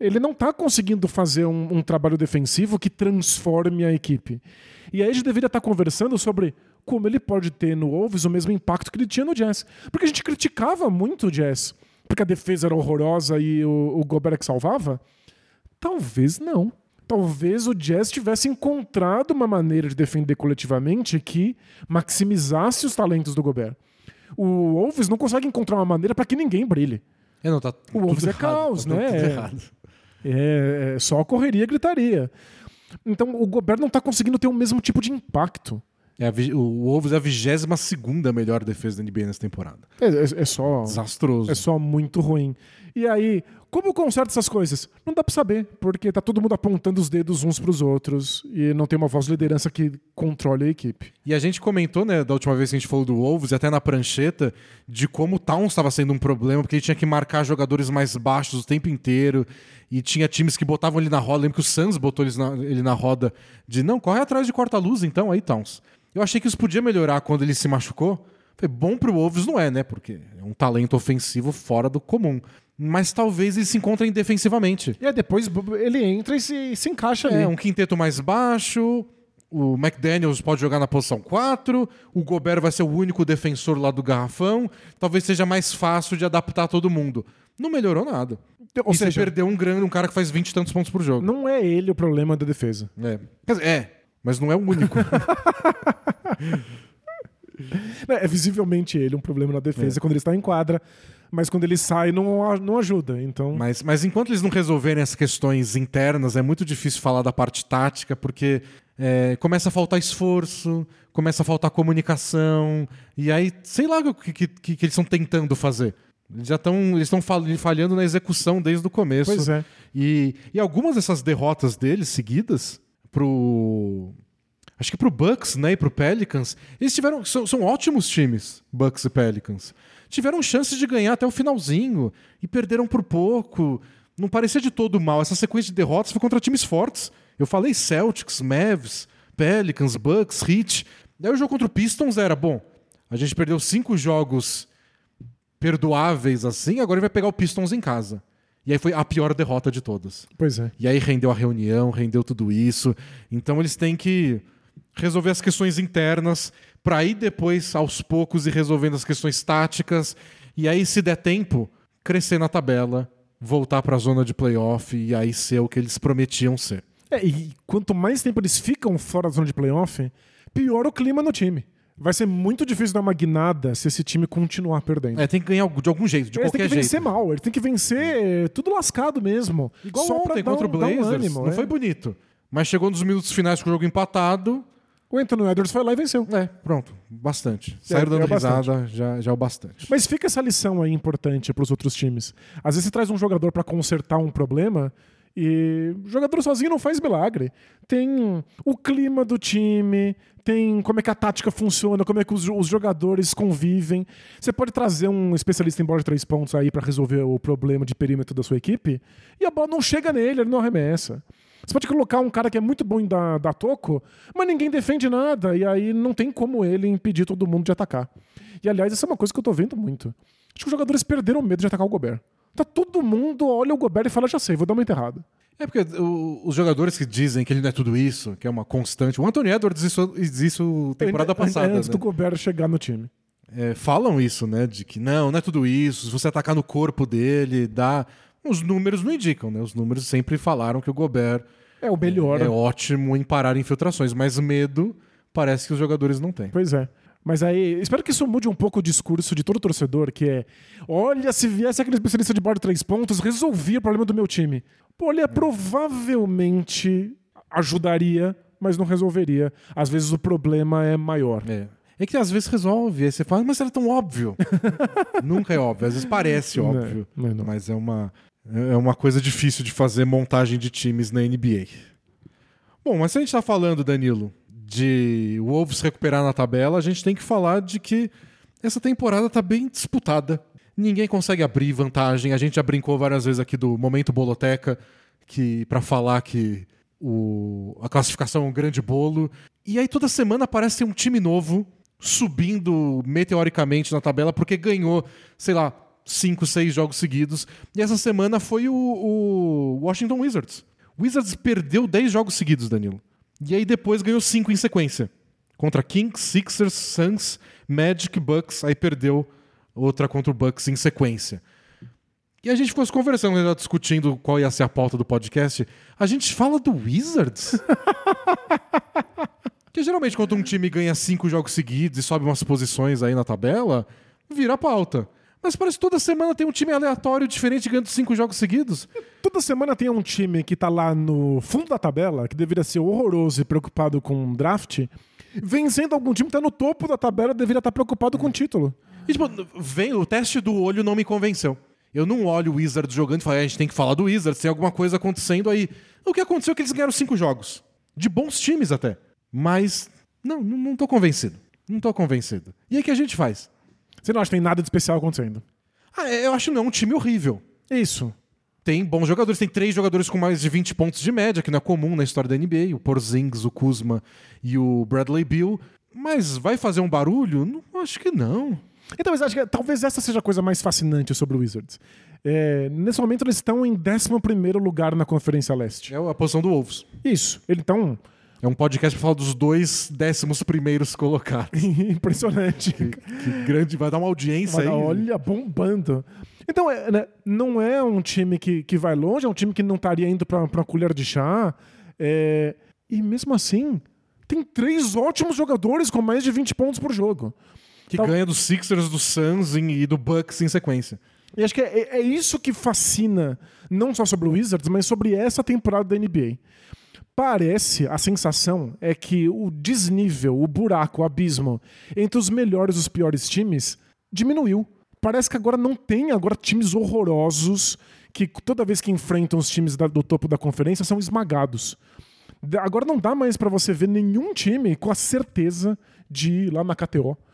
ele não tá conseguindo fazer um, um trabalho defensivo que transforme a equipe. E aí a gente deveria estar conversando sobre como ele pode ter no Wolves o mesmo impacto que ele tinha no Jazz. Porque a gente criticava muito o Jazz, porque a defesa era horrorosa e o, o Gobert que salvava. Talvez não. Talvez o Jazz tivesse encontrado uma maneira de defender coletivamente que maximizasse os talentos do Gobert. O Wolves não consegue encontrar uma maneira para que ninguém brilhe. É, não, tá o Wolves é errado, caos, tá né? tudo errado. É, é só correria e gritaria. Então o Gobert não está conseguindo ter o mesmo tipo de impacto. É a, o Wolves é a vigésima segunda melhor defesa da N B A nessa temporada. É, é, é só... Desastroso. É só muito ruim. E aí, como conserta essas coisas? Não dá pra saber, porque tá todo mundo apontando os dedos uns pros outros e não tem uma voz de liderança que controle a equipe. E a gente comentou, né, da última vez que a gente falou do Wolves, e até na prancheta, de como o Towns estava sendo um problema, porque ele tinha que marcar jogadores mais baixos o tempo inteiro, e tinha times que botavam ele na roda. Lembro que o Suns botou ele na, ele na roda de, não, corre atrás de corta-luz então, aí Towns. Eu achei que isso podia melhorar quando ele se machucou. Foi bom pro Wolves, não é, né? Porque é um talento ofensivo fora do comum. Mas talvez eles se encontrem defensivamente. E aí depois ele entra e se, se encaixa ali. É, um quinteto mais baixo, o McDaniels pode jogar na posição quatro, o Gobert vai ser o único defensor lá do garrafão, talvez seja mais fácil de adaptar todo mundo. Não melhorou nada. Ou e seja, você perdeu um grande, um cara que faz vinte e tantos pontos por jogo. Não é ele o problema da defesa. É, Quer dizer, é mas não é o único. É visivelmente ele um problema na defesa é. quando ele está em quadra, mas quando ele sai não, não ajuda. Então... Mas, mas enquanto eles não resolverem as questões internas, é muito difícil falar da parte tática, porque é, começa a faltar esforço, começa a faltar comunicação, e aí, sei lá o que, que, que eles estão tentando fazer. Eles já estão eles estão falhando na execução desde o começo. Pois é. E, e algumas dessas derrotas deles seguidas pro... Acho que pro Bucks, né, e pro Pelicans, eles tiveram... São, são ótimos times, Bucks e Pelicans. Tiveram chances de ganhar até o finalzinho e perderam por pouco. Não parecia de todo mal. Essa sequência de derrotas foi contra times fortes. Eu falei Celtics, Mavs, Pelicans, Bucks, Heat. Daí o jogo contra o Pistons era, bom, a gente perdeu cinco jogos perdoáveis assim, agora ele vai pegar o Pistons em casa. E aí foi a pior derrota de todas. Pois é. E aí rendeu a reunião, rendeu tudo isso. Então eles têm que resolver as questões internas para ir depois, aos poucos, ir resolvendo as questões táticas. E aí, se der tempo, crescer na tabela, voltar para a zona de playoff e aí ser o que eles prometiam ser. É, e quanto mais tempo eles ficam fora da zona de playoff, pior o clima no time. Vai ser muito difícil dar uma guinada se esse time continuar perdendo. É, tem que ganhar de algum jeito, de eles qualquer jeito. Eles têm que vencer jeito. mal, eles têm que vencer tudo lascado mesmo. Igual só ontem pra contra um, o Blazers. Um ânimo, não é. foi bonito. Mas chegou nos minutos finais com o jogo empatado. O Anthony Edwards foi lá e venceu. É, pronto. Bastante. Saíram dando é risada, já, já é o bastante. Mas fica essa lição aí importante para os outros times. Às vezes você traz um jogador para consertar um problema e o jogador sozinho não faz milagre. Tem o clima do time, tem como é que a tática funciona, como é que os, os jogadores convivem. Você pode trazer um especialista em bola de três pontos aí para resolver o problema de perímetro da sua equipe e a bola não chega nele, ele não arremessa. Você pode colocar um cara que é muito bom em dar, dar toco, mas ninguém defende nada, e aí não tem como ele impedir todo mundo de atacar. E, aliás, essa é uma coisa que eu tô vendo muito. Acho que os jogadores perderam medo de atacar o Gobert. Tá todo mundo olha o Gobert e fala, já sei, vou dar uma enterrada. É porque o, os jogadores que dizem que ele não é tudo isso, que é uma constante... O Anthony Edwards diz isso, diz isso temporada Antes, passada. Antes né? do Gobert chegar no time. É, falam isso, né? De que não, não é tudo isso. Se você atacar no corpo dele, dá... Os números não indicam, né? Os números sempre falaram que o Gobert... É o melhor. É, é ótimo em parar infiltrações, mas medo parece que os jogadores não têm. Pois é. Mas aí, espero que isso mude um pouco o discurso de todo torcedor, que é, olha, se viesse aquele especialista de bola de três pontos, resolvia o problema do meu time. Pô, olha, provavelmente ajudaria, mas não resolveria. Às vezes o problema é maior. É. É que às vezes resolve, aí você fala, mas era tão óbvio. Nunca é óbvio, às vezes parece óbvio, não, não, não. mas é uma... É uma coisa difícil de fazer montagem de times na N B A. Bom, mas se a gente está falando, Danilo, de Wolves recuperar na tabela, a gente tem que falar de que essa temporada está bem disputada. Ninguém consegue abrir vantagem. A gente já brincou várias vezes aqui do momento boloteca, que para falar que o, a classificação é um grande bolo. E aí toda semana aparece um time novo subindo meteoricamente na tabela porque ganhou, sei lá, cinco, seis jogos seguidos. E essa semana foi o, o Washington Wizards. O Wizards perdeu dez jogos seguidos, Danilo. E aí depois ganhou cinco em sequência. Contra Kings, Sixers, Suns, Magic, Bucks. Aí perdeu outra contra o Bucks em sequência. E a gente ficou conversando, discutindo qual ia ser a pauta do podcast. A gente fala do Wizards? Porque geralmente quando um time ganha cinco jogos seguidos e sobe umas posições aí na tabela, vira pauta. Mas parece que toda semana tem um time aleatório diferente ganhando cinco jogos seguidos. Toda semana tem um time que tá lá no fundo da tabela, que deveria ser horroroso e preocupado com um draft, vencendo algum time que tá no topo da tabela e deveria estar preocupado com o título. E tipo, vem, o teste do olho não me convenceu. Eu não olho o Wizards jogando e falo, a gente tem que falar do Wizards, tem alguma coisa acontecendo aí. O que aconteceu é que eles ganharam cinco jogos. De bons times até. Mas, não, não, não tô convencido. Não tô convencido. E aí o que a gente faz? Você não acha que tem nada de especial acontecendo? Ah, eu acho não, um time horrível. Isso. Tem bons jogadores, tem três jogadores com mais de vinte pontos de média, que não é comum na história da N B A, o Porzingis, o Kuzma e o Bradley Beal. Mas vai fazer um barulho? Não, acho que não. Então, mas acho que talvez essa seja a coisa mais fascinante sobre o Wizards. É, nesse momento eles estão em décimo primeiro lugar na Conferência Leste. É a posição do Wolves. Isso. Eles estão... É um podcast para falar dos dois décimos primeiros colocados. Impressionante. Que, que grande, vai dar uma audiência Mas, aí. Olha, bombando. Então, é, né, não é um time que, que vai longe, é um time que não estaria indo para uma colher de chá. É, e mesmo assim, tem três ótimos jogadores com mais de vinte pontos por jogo. Que Então, ganha dos Sixers, do Suns e do Bucks em sequência. E acho que é, é isso que fascina, não só sobre o Wizards, mas sobre essa temporada da N B A. Parece, a sensação é que o desnível, o buraco, o abismo entre os melhores e os piores times diminuiu. Parece que agora não tem agora times horrorosos que toda vez que enfrentam os times da, do topo da conferência são esmagados. Agora não dá mais pra você ver nenhum time com a certeza de ir lá na K T O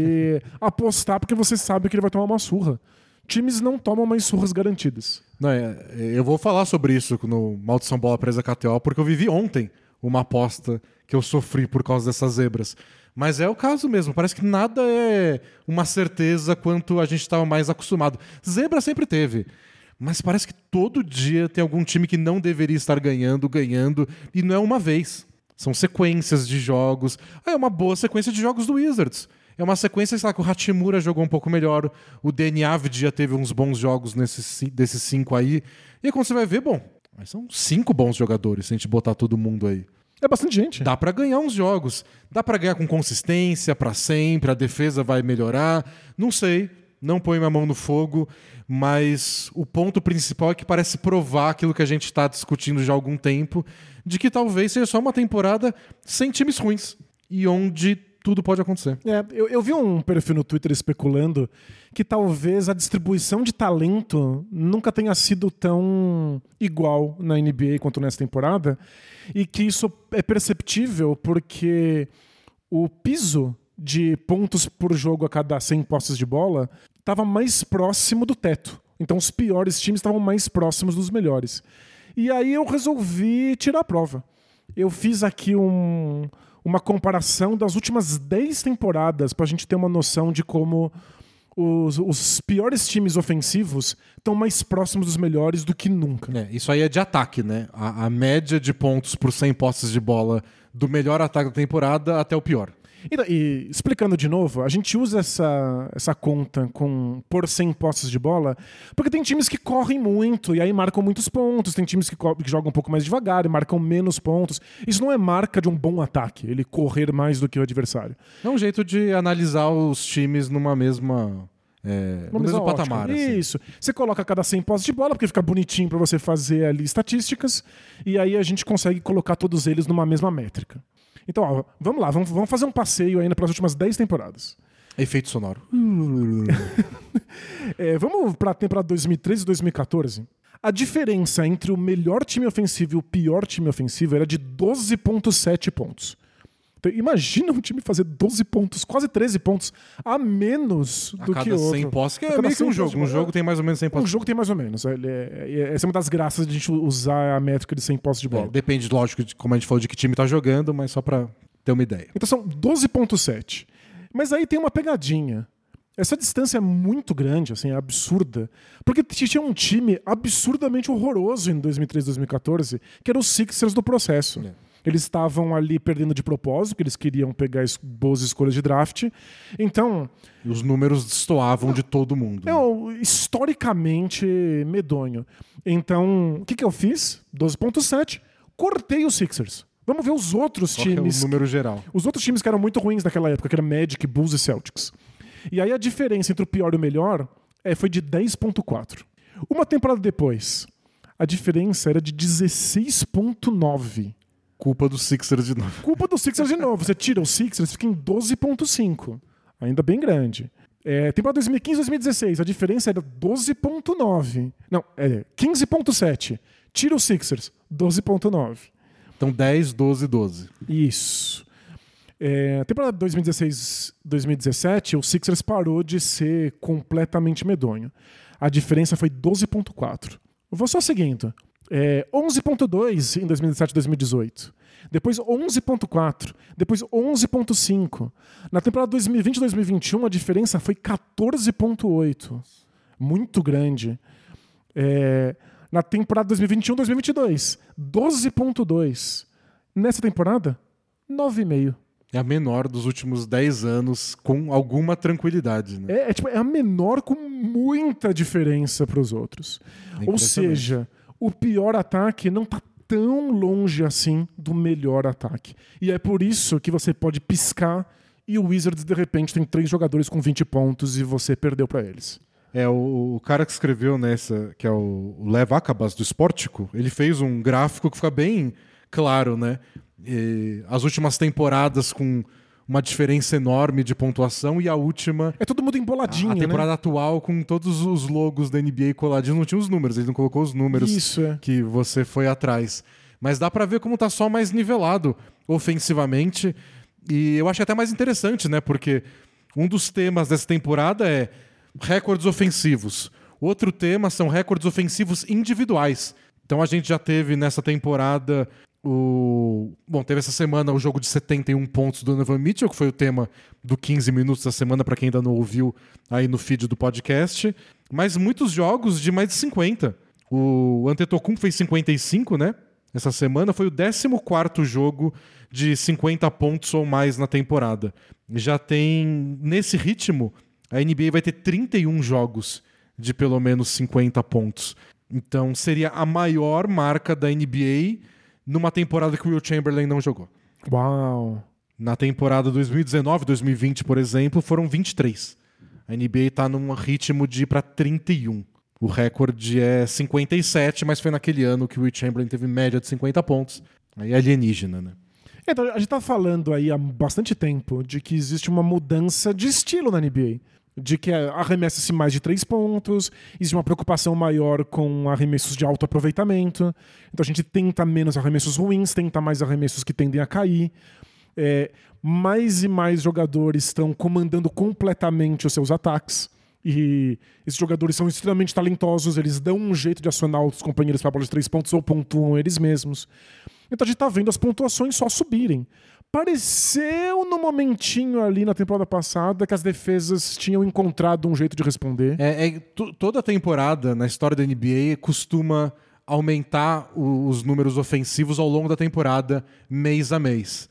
e apostar porque você sabe que ele vai tomar uma surra. Times não tomam mais surras garantidas. Não, é, eu vou falar sobre isso no Maldição Bola Presa K T O, porque eu vivi ontem uma aposta que eu sofri por causa dessas zebras. Mas é o caso mesmo, parece que nada é uma certeza quanto a gente estava mais acostumado. Zebra sempre teve, mas parece que todo dia tem algum time que não deveria estar ganhando, ganhando, e não é uma vez. São sequências de jogos. É uma boa sequência de jogos do Wizards. É uma sequência, sei lá, que o Hachimura jogou um pouco melhor, o Danny Avdija já teve uns bons jogos nesses, desses cinco aí. E aí quando você vai ver, bom, mas são cinco bons jogadores se a gente botar todo mundo aí. É bastante gente. Dá pra ganhar uns jogos. Dá pra ganhar com consistência, pra sempre, a defesa vai melhorar. Não sei, não ponho minha mão no fogo, mas o ponto principal é que parece provar aquilo que a gente tá discutindo já há algum tempo, de que talvez seja só uma temporada sem times ruins. E onde tudo pode acontecer. É, eu, eu vi um perfil no Twitter especulando que talvez a distribuição de talento nunca tenha sido tão igual na N B A quanto nessa temporada, e que isso é perceptível porque o piso de pontos por jogo a cada cem posses de bola estava mais próximo do teto. Então os piores times estavam mais próximos dos melhores. E aí eu resolvi tirar a prova. Eu fiz aqui um... uma comparação das últimas dez temporadas para a gente ter uma noção de como os, os piores times ofensivos estão mais próximos dos melhores do que nunca. É, isso aí é de ataque, né? A, a média de pontos por cem posses de bola do melhor ataque da temporada até o pior. E, e explicando de novo, a gente usa essa, essa conta com por cem posses de bola porque tem times que correm muito e aí marcam muitos pontos, tem times que, que jogam um pouco mais devagar e marcam menos pontos. Isso não é marca de um bom ataque, ele correr mais do que o adversário. É um jeito de analisar os times numa mesma... É, no mesmo patamar. Assim. Isso. Você coloca cada cem posses de bola, porque fica bonitinho para você fazer ali estatísticas, e aí a gente consegue colocar todos eles numa mesma métrica. Então, ó, vamos lá, vamos, vamos fazer um passeio ainda para as últimas dez temporadas. Efeito sonoro. é, vamos para a temporada dois mil e treze e dois mil e quatorze. A diferença entre o melhor time ofensivo e o pior time ofensivo era de doze vírgula sete pontos. Então, imagina um time fazer doze pontos, quase treze pontos a menos a do que outro. cem posses, que é meio que um jogo. Um jogo tem mais ou menos cem posses. Um jogo tem mais ou menos. Ele é, essa é uma das graças de a gente usar a métrica de cem posses de bola. É, depende, lógico, de como a gente falou, de que time tá jogando, mas só pra ter uma ideia. Então são doze vírgula sete. Mas aí tem uma pegadinha. Essa distância é muito grande, assim, é absurda. Porque tinha um time absurdamente horroroso em dois mil e treze, dois mil e quatorze, que era os Sixers do processo. É. Eles estavam ali perdendo de propósito, porque eles queriam pegar es- boas escolhas de draft. Então... Os números destoavam de todo mundo. É historicamente medonho. Então, o que, que eu fiz? doze ponto sete. Cortei os Sixers. Vamos ver os outros Qual times. Que é o número geral? Os outros times que eram muito ruins naquela época, que era Magic, Bulls e Celtics. E aí a diferença entre o pior e o melhor é, foi de dez ponto quatro. Uma temporada depois, a diferença era de dezesseis ponto nove. Culpa dos Sixers de novo. Culpa dos Sixers de novo. Você tira os Sixers, fica em doze ponto cinco. Ainda bem grande. É, temporada dois mil e quinze, dois mil e dezesseis, a diferença era doze ponto nove. Não, é quinze ponto sete. Tira os Sixers, doze ponto nove. Então dez, doze, doze. Isso. É, temporada dois mil e dezesseis, dois mil e dezessete, o Sixers parou de ser completamente medonho. A diferença foi doze ponto quatro. Eu vou só seguindo. É, onze ponto dois em dois mil e dezessete, dois mil e dezoito. Depois onze ponto quatro. Depois onze ponto cinco. Na temporada dois mil e vinte, dois mil e vinte e um, a diferença foi catorze ponto oito. Muito grande. É, na temporada dois mil e vinte e um, dois mil e vinte e dois, doze ponto dois. Nessa temporada, nove vírgula cinco. É a menor dos últimos dez anos, com alguma tranquilidade. Né? É, é, tipo, é a menor com muita diferença para os outros. É Ou seja, o pior ataque não está tão longe assim do melhor ataque. E é por isso que você pode piscar e o Wizards, de repente, tem três jogadores com vinte pontos e você perdeu para eles. É, o, o cara que escreveu nessa, que é o, o Lev Akabas, do Sportico, ele fez um gráfico que fica bem claro, né? E as últimas temporadas com uma diferença enorme de pontuação e a última... É todo mundo emboladinho, a, a temporada né? atual com todos os logos da N B A coladinhos, não tinha os números, ele não colocou os números Isso, é. que você foi atrás. Mas dá pra ver como tá só mais nivelado ofensivamente e eu acho até mais interessante, né? Porque um dos temas dessa temporada é recordes ofensivos. Outro tema são recordes ofensivos individuais. Então a gente já teve nessa temporada... O... Bom, teve essa semana o jogo de setenta e um pontos do Donovan Mitchell, que foi o tema do quinze minutos da semana, para quem ainda não ouviu aí no feed do podcast. Mas muitos jogos de mais de cinquenta. O Antetokounmpo fez cinquenta e cinco, né? Essa semana foi o décimo quarto jogo de cinquenta pontos ou mais na temporada. Já tem, nesse ritmo, a N B A vai ter trinta e um jogos de pelo menos cinquenta pontos. Então seria a maior marca da N B A numa temporada que o Will Chamberlain não jogou. Uau! Na temporada dois mil e dezenove, dois mil e vinte, por exemplo, foram vinte e três. A N B A está num ritmo de ir para trinta e um. O recorde é cinquenta e sete, mas foi naquele ano que o Will Chamberlain teve média de cinquenta pontos. Aí é alienígena, né? Então, a gente está falando aí há bastante tempo de que existe uma mudança de estilo na N B A. De que arremessa-se mais de três pontos, existe uma preocupação maior com arremessos de alto aproveitamento. Então a gente tenta menos arremessos ruins, tenta mais arremessos que tendem a cair. É, mais e mais jogadores estão comandando completamente os seus ataques. E esses jogadores são extremamente talentosos, eles dão um jeito de acionar os companheiros para a bola de três pontos ou pontuam eles mesmos. Então a gente está vendo as pontuações só subirem. Pareceu no momentinho ali na temporada passada que as defesas tinham encontrado um jeito de responder. É, é, t- toda temporada na história da N B A costuma aumentar o, os números ofensivos ao longo da temporada, mês a mês.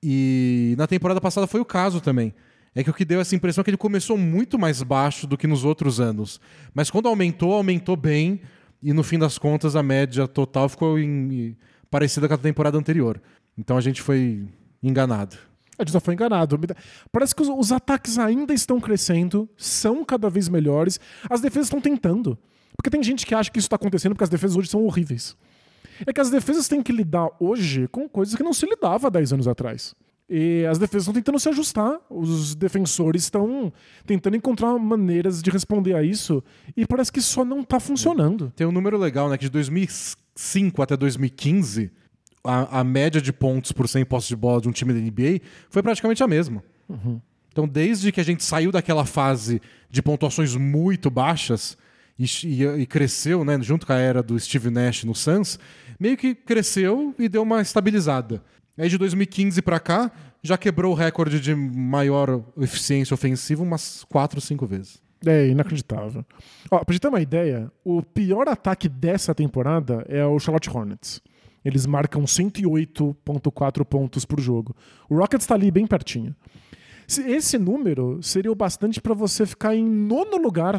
E na temporada passada foi o caso também. É que o que deu essa impressão é que ele começou muito mais baixo do que nos outros anos. Mas quando aumentou, aumentou bem. E no fim das contas, a média total ficou em, parecida com a temporada anterior. Então a gente foi... enganado. A gente só foi enganado. Parece que os, os ataques ainda estão crescendo, são cada vez melhores. As defesas estão tentando. Porque tem gente que acha que isso está acontecendo porque as defesas hoje são horríveis. É que as defesas têm que lidar hoje com coisas que não se lidava há dez anos atrás. E as defesas estão tentando se ajustar. Os defensores estão tentando encontrar maneiras de responder a isso e parece que só não está funcionando. Tem um número legal, né? Que de dois mil e cinco até dois mil e quinze... A, a média de pontos por cem posses de bola de um time da N B A foi praticamente a mesma. Uhum. Então, desde que a gente saiu daquela fase de pontuações muito baixas e, e, e cresceu, né, junto com a era do Steve Nash no Suns, meio que cresceu e deu uma estabilizada. Aí de dois mil e quinze pra cá, já quebrou o recorde de maior eficiência ofensiva umas quatro, cinco vezes. É inacreditável. Ó, pra gente ter uma ideia, o pior ataque dessa temporada é o Charlotte Hornets. Eles marcam cento e oito vírgula quatro pontos por jogo. O Rockets tá ali bem pertinho. Esse número seria o bastante para você ficar em nono lugar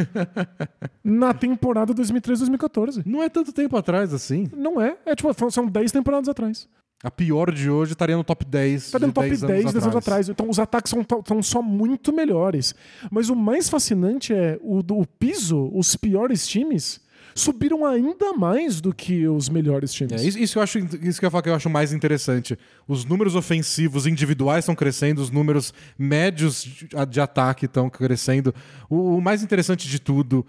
na temporada dois mil e treze, dois mil e catorze. Não é tanto tempo atrás assim. Não é. É tipo, são dez temporadas atrás. A pior de hoje estaria no top dez. Estaria no top dez, dez anos, anos atrás. Então os ataques são, são só muito melhores. Mas o mais fascinante é o, o piso, os piores times subiram ainda mais do que os melhores times. É, isso, isso, eu acho, isso que eu falo que eu acho mais interessante. Os números ofensivos individuais estão crescendo, os números médios de, de ataque estão crescendo. O, o mais interessante de tudo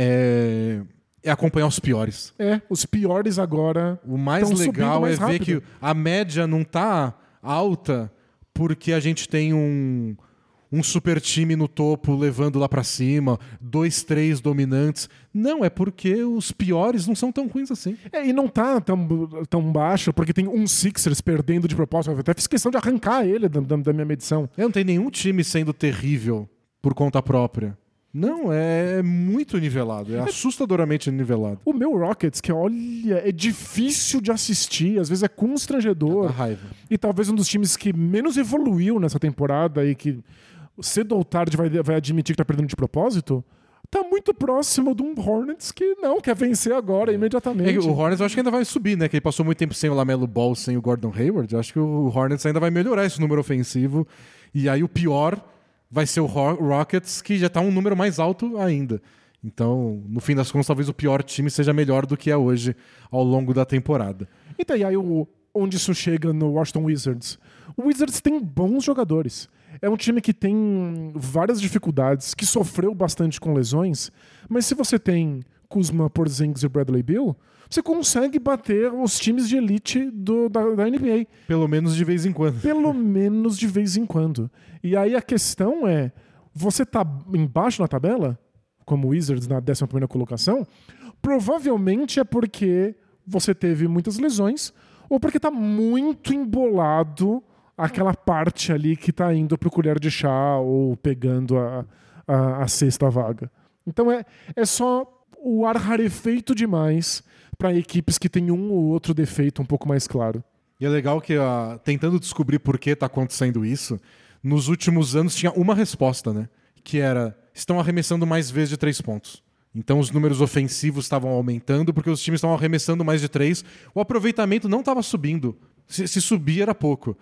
é, é acompanhar os piores. É, os piores agora. O mais legal mais é rápido. ver que a média não tá alta porque a gente tem um... um super time no topo levando lá pra cima, dois, três dominantes. Não, é porque os piores não são tão ruins assim. É, e não tá tão, tão baixo, porque tem um Sixers perdendo de propósito. Eu até fiz questão de arrancar ele da, da, da minha medição. Eu não tem nenhum time sendo terrível por conta própria. Não, é muito nivelado, é assustadoramente nivelado. O meu Rockets, que olha, é difícil de assistir, às vezes é constrangedor. Dá raiva. E talvez um dos times que menos evoluiu nessa temporada e que cedo ou tarde vai, vai admitir que tá perdendo de propósito, tá muito próximo de um Hornets que não quer vencer agora, é. imediatamente. É, o Hornets eu acho que ainda vai subir, né? Que ele passou muito tempo sem o LaMelo Ball, sem o Gordon Hayward. Eu acho que o Hornets ainda vai melhorar esse número ofensivo. E aí o pior vai ser o Rockets, que já tá um número mais alto ainda. Então, no fim das contas, talvez o pior time seja melhor do que é hoje ao longo da temporada. Então, e aí o, onde isso chega no Washington Wizards? O Wizards tem bons jogadores. É um time que tem várias dificuldades, que sofreu bastante com lesões, mas se você tem Kuzma, Porzingis e Bradley Beal, você consegue bater os times de elite do, da, da N B A. Pelo menos de vez em quando. Pelo menos de vez em quando. E aí a questão é, você tá embaixo na tabela, como o Wizards na décima primeira colocação, provavelmente é porque você teve muitas lesões ou porque tá muito embolado aquela parte ali que tá indo pro colher de chá ou pegando a, a, a sexta vaga. Então é, é só o ar rarefeito demais para equipes que têm um ou outro defeito um pouco mais claro. E é legal que, uh, tentando descobrir por que tá acontecendo isso, nos últimos anos tinha uma resposta, né? Que era, estão arremessando mais vezes de três pontos. Então os números ofensivos estavam aumentando porque os times estavam arremessando mais de três. O aproveitamento não estava subindo. Se, se subir era pouco.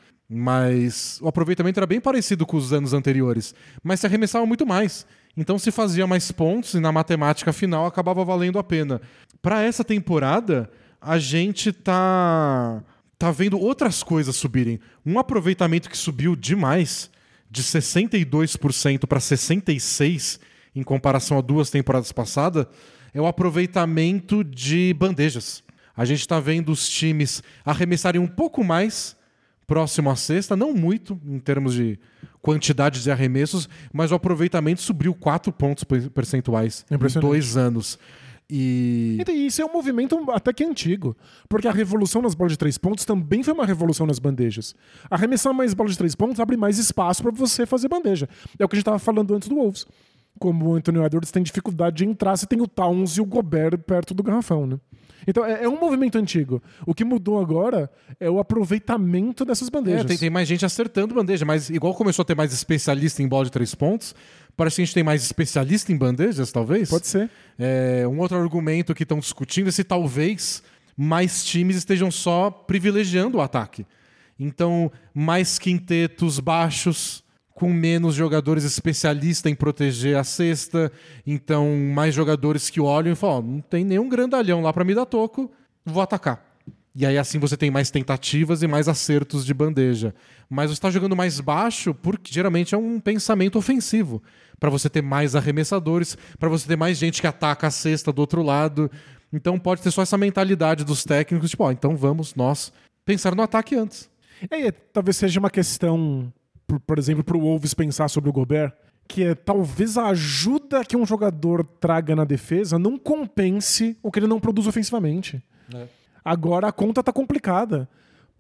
Mas o aproveitamento era bem parecido com os anos anteriores. Mas se arremessava muito mais. Então se fazia mais pontos e na matemática final acabava valendo a pena. Para essa temporada, a gente tá, tá vendo outras coisas subirem. Um aproveitamento que subiu demais, de sessenta e dois por cento para sessenta e seis por cento, em comparação a duas temporadas passadas, é o aproveitamento de bandejas. A gente está vendo os times arremessarem um pouco mais próximo à cesta, não muito em termos de quantidade de arremessos, mas o aproveitamento subiu quatro pontos percentuais em dois anos. E... e isso é um movimento até que antigo, porque a revolução nas bolas de três pontos também foi uma revolução nas bandejas. Arremessar mais bolas de três pontos abre mais espaço para você fazer bandeja. É o que a gente estava falando antes do Wolves. Como o Anthony Edwards tem dificuldade de entrar, você tem o Towns e o Gobert perto do garrafão, né? Então é, é um movimento antigo. O que mudou agora é o aproveitamento dessas bandejas. É, tem, tem mais gente acertando bandeja, mas igual começou a ter mais especialista em bola de três pontos, parece que a gente tem mais especialista em bandejas, talvez? Pode ser. É, um outro argumento que estão discutindo é se talvez mais times estejam só privilegiando o ataque. Então, mais quintetos baixos, com menos jogadores especialistas em proteger a cesta, então mais jogadores que olham e falam, oh, não tem nenhum grandalhão lá para me dar toco, vou atacar. E aí assim você tem mais tentativas e mais acertos de bandeja. Mas você está jogando mais baixo porque geralmente é um pensamento ofensivo, para você ter mais arremessadores, para você ter mais gente que ataca a cesta do outro lado. Então pode ter só essa mentalidade dos técnicos, tipo, ó, oh, então vamos nós pensar no ataque antes. É, talvez seja uma questão... por exemplo, para o Wolves pensar sobre o Gobert, que é talvez a ajuda que um jogador traga na defesa não compense o que ele não produz ofensivamente. É. Agora a conta tá complicada,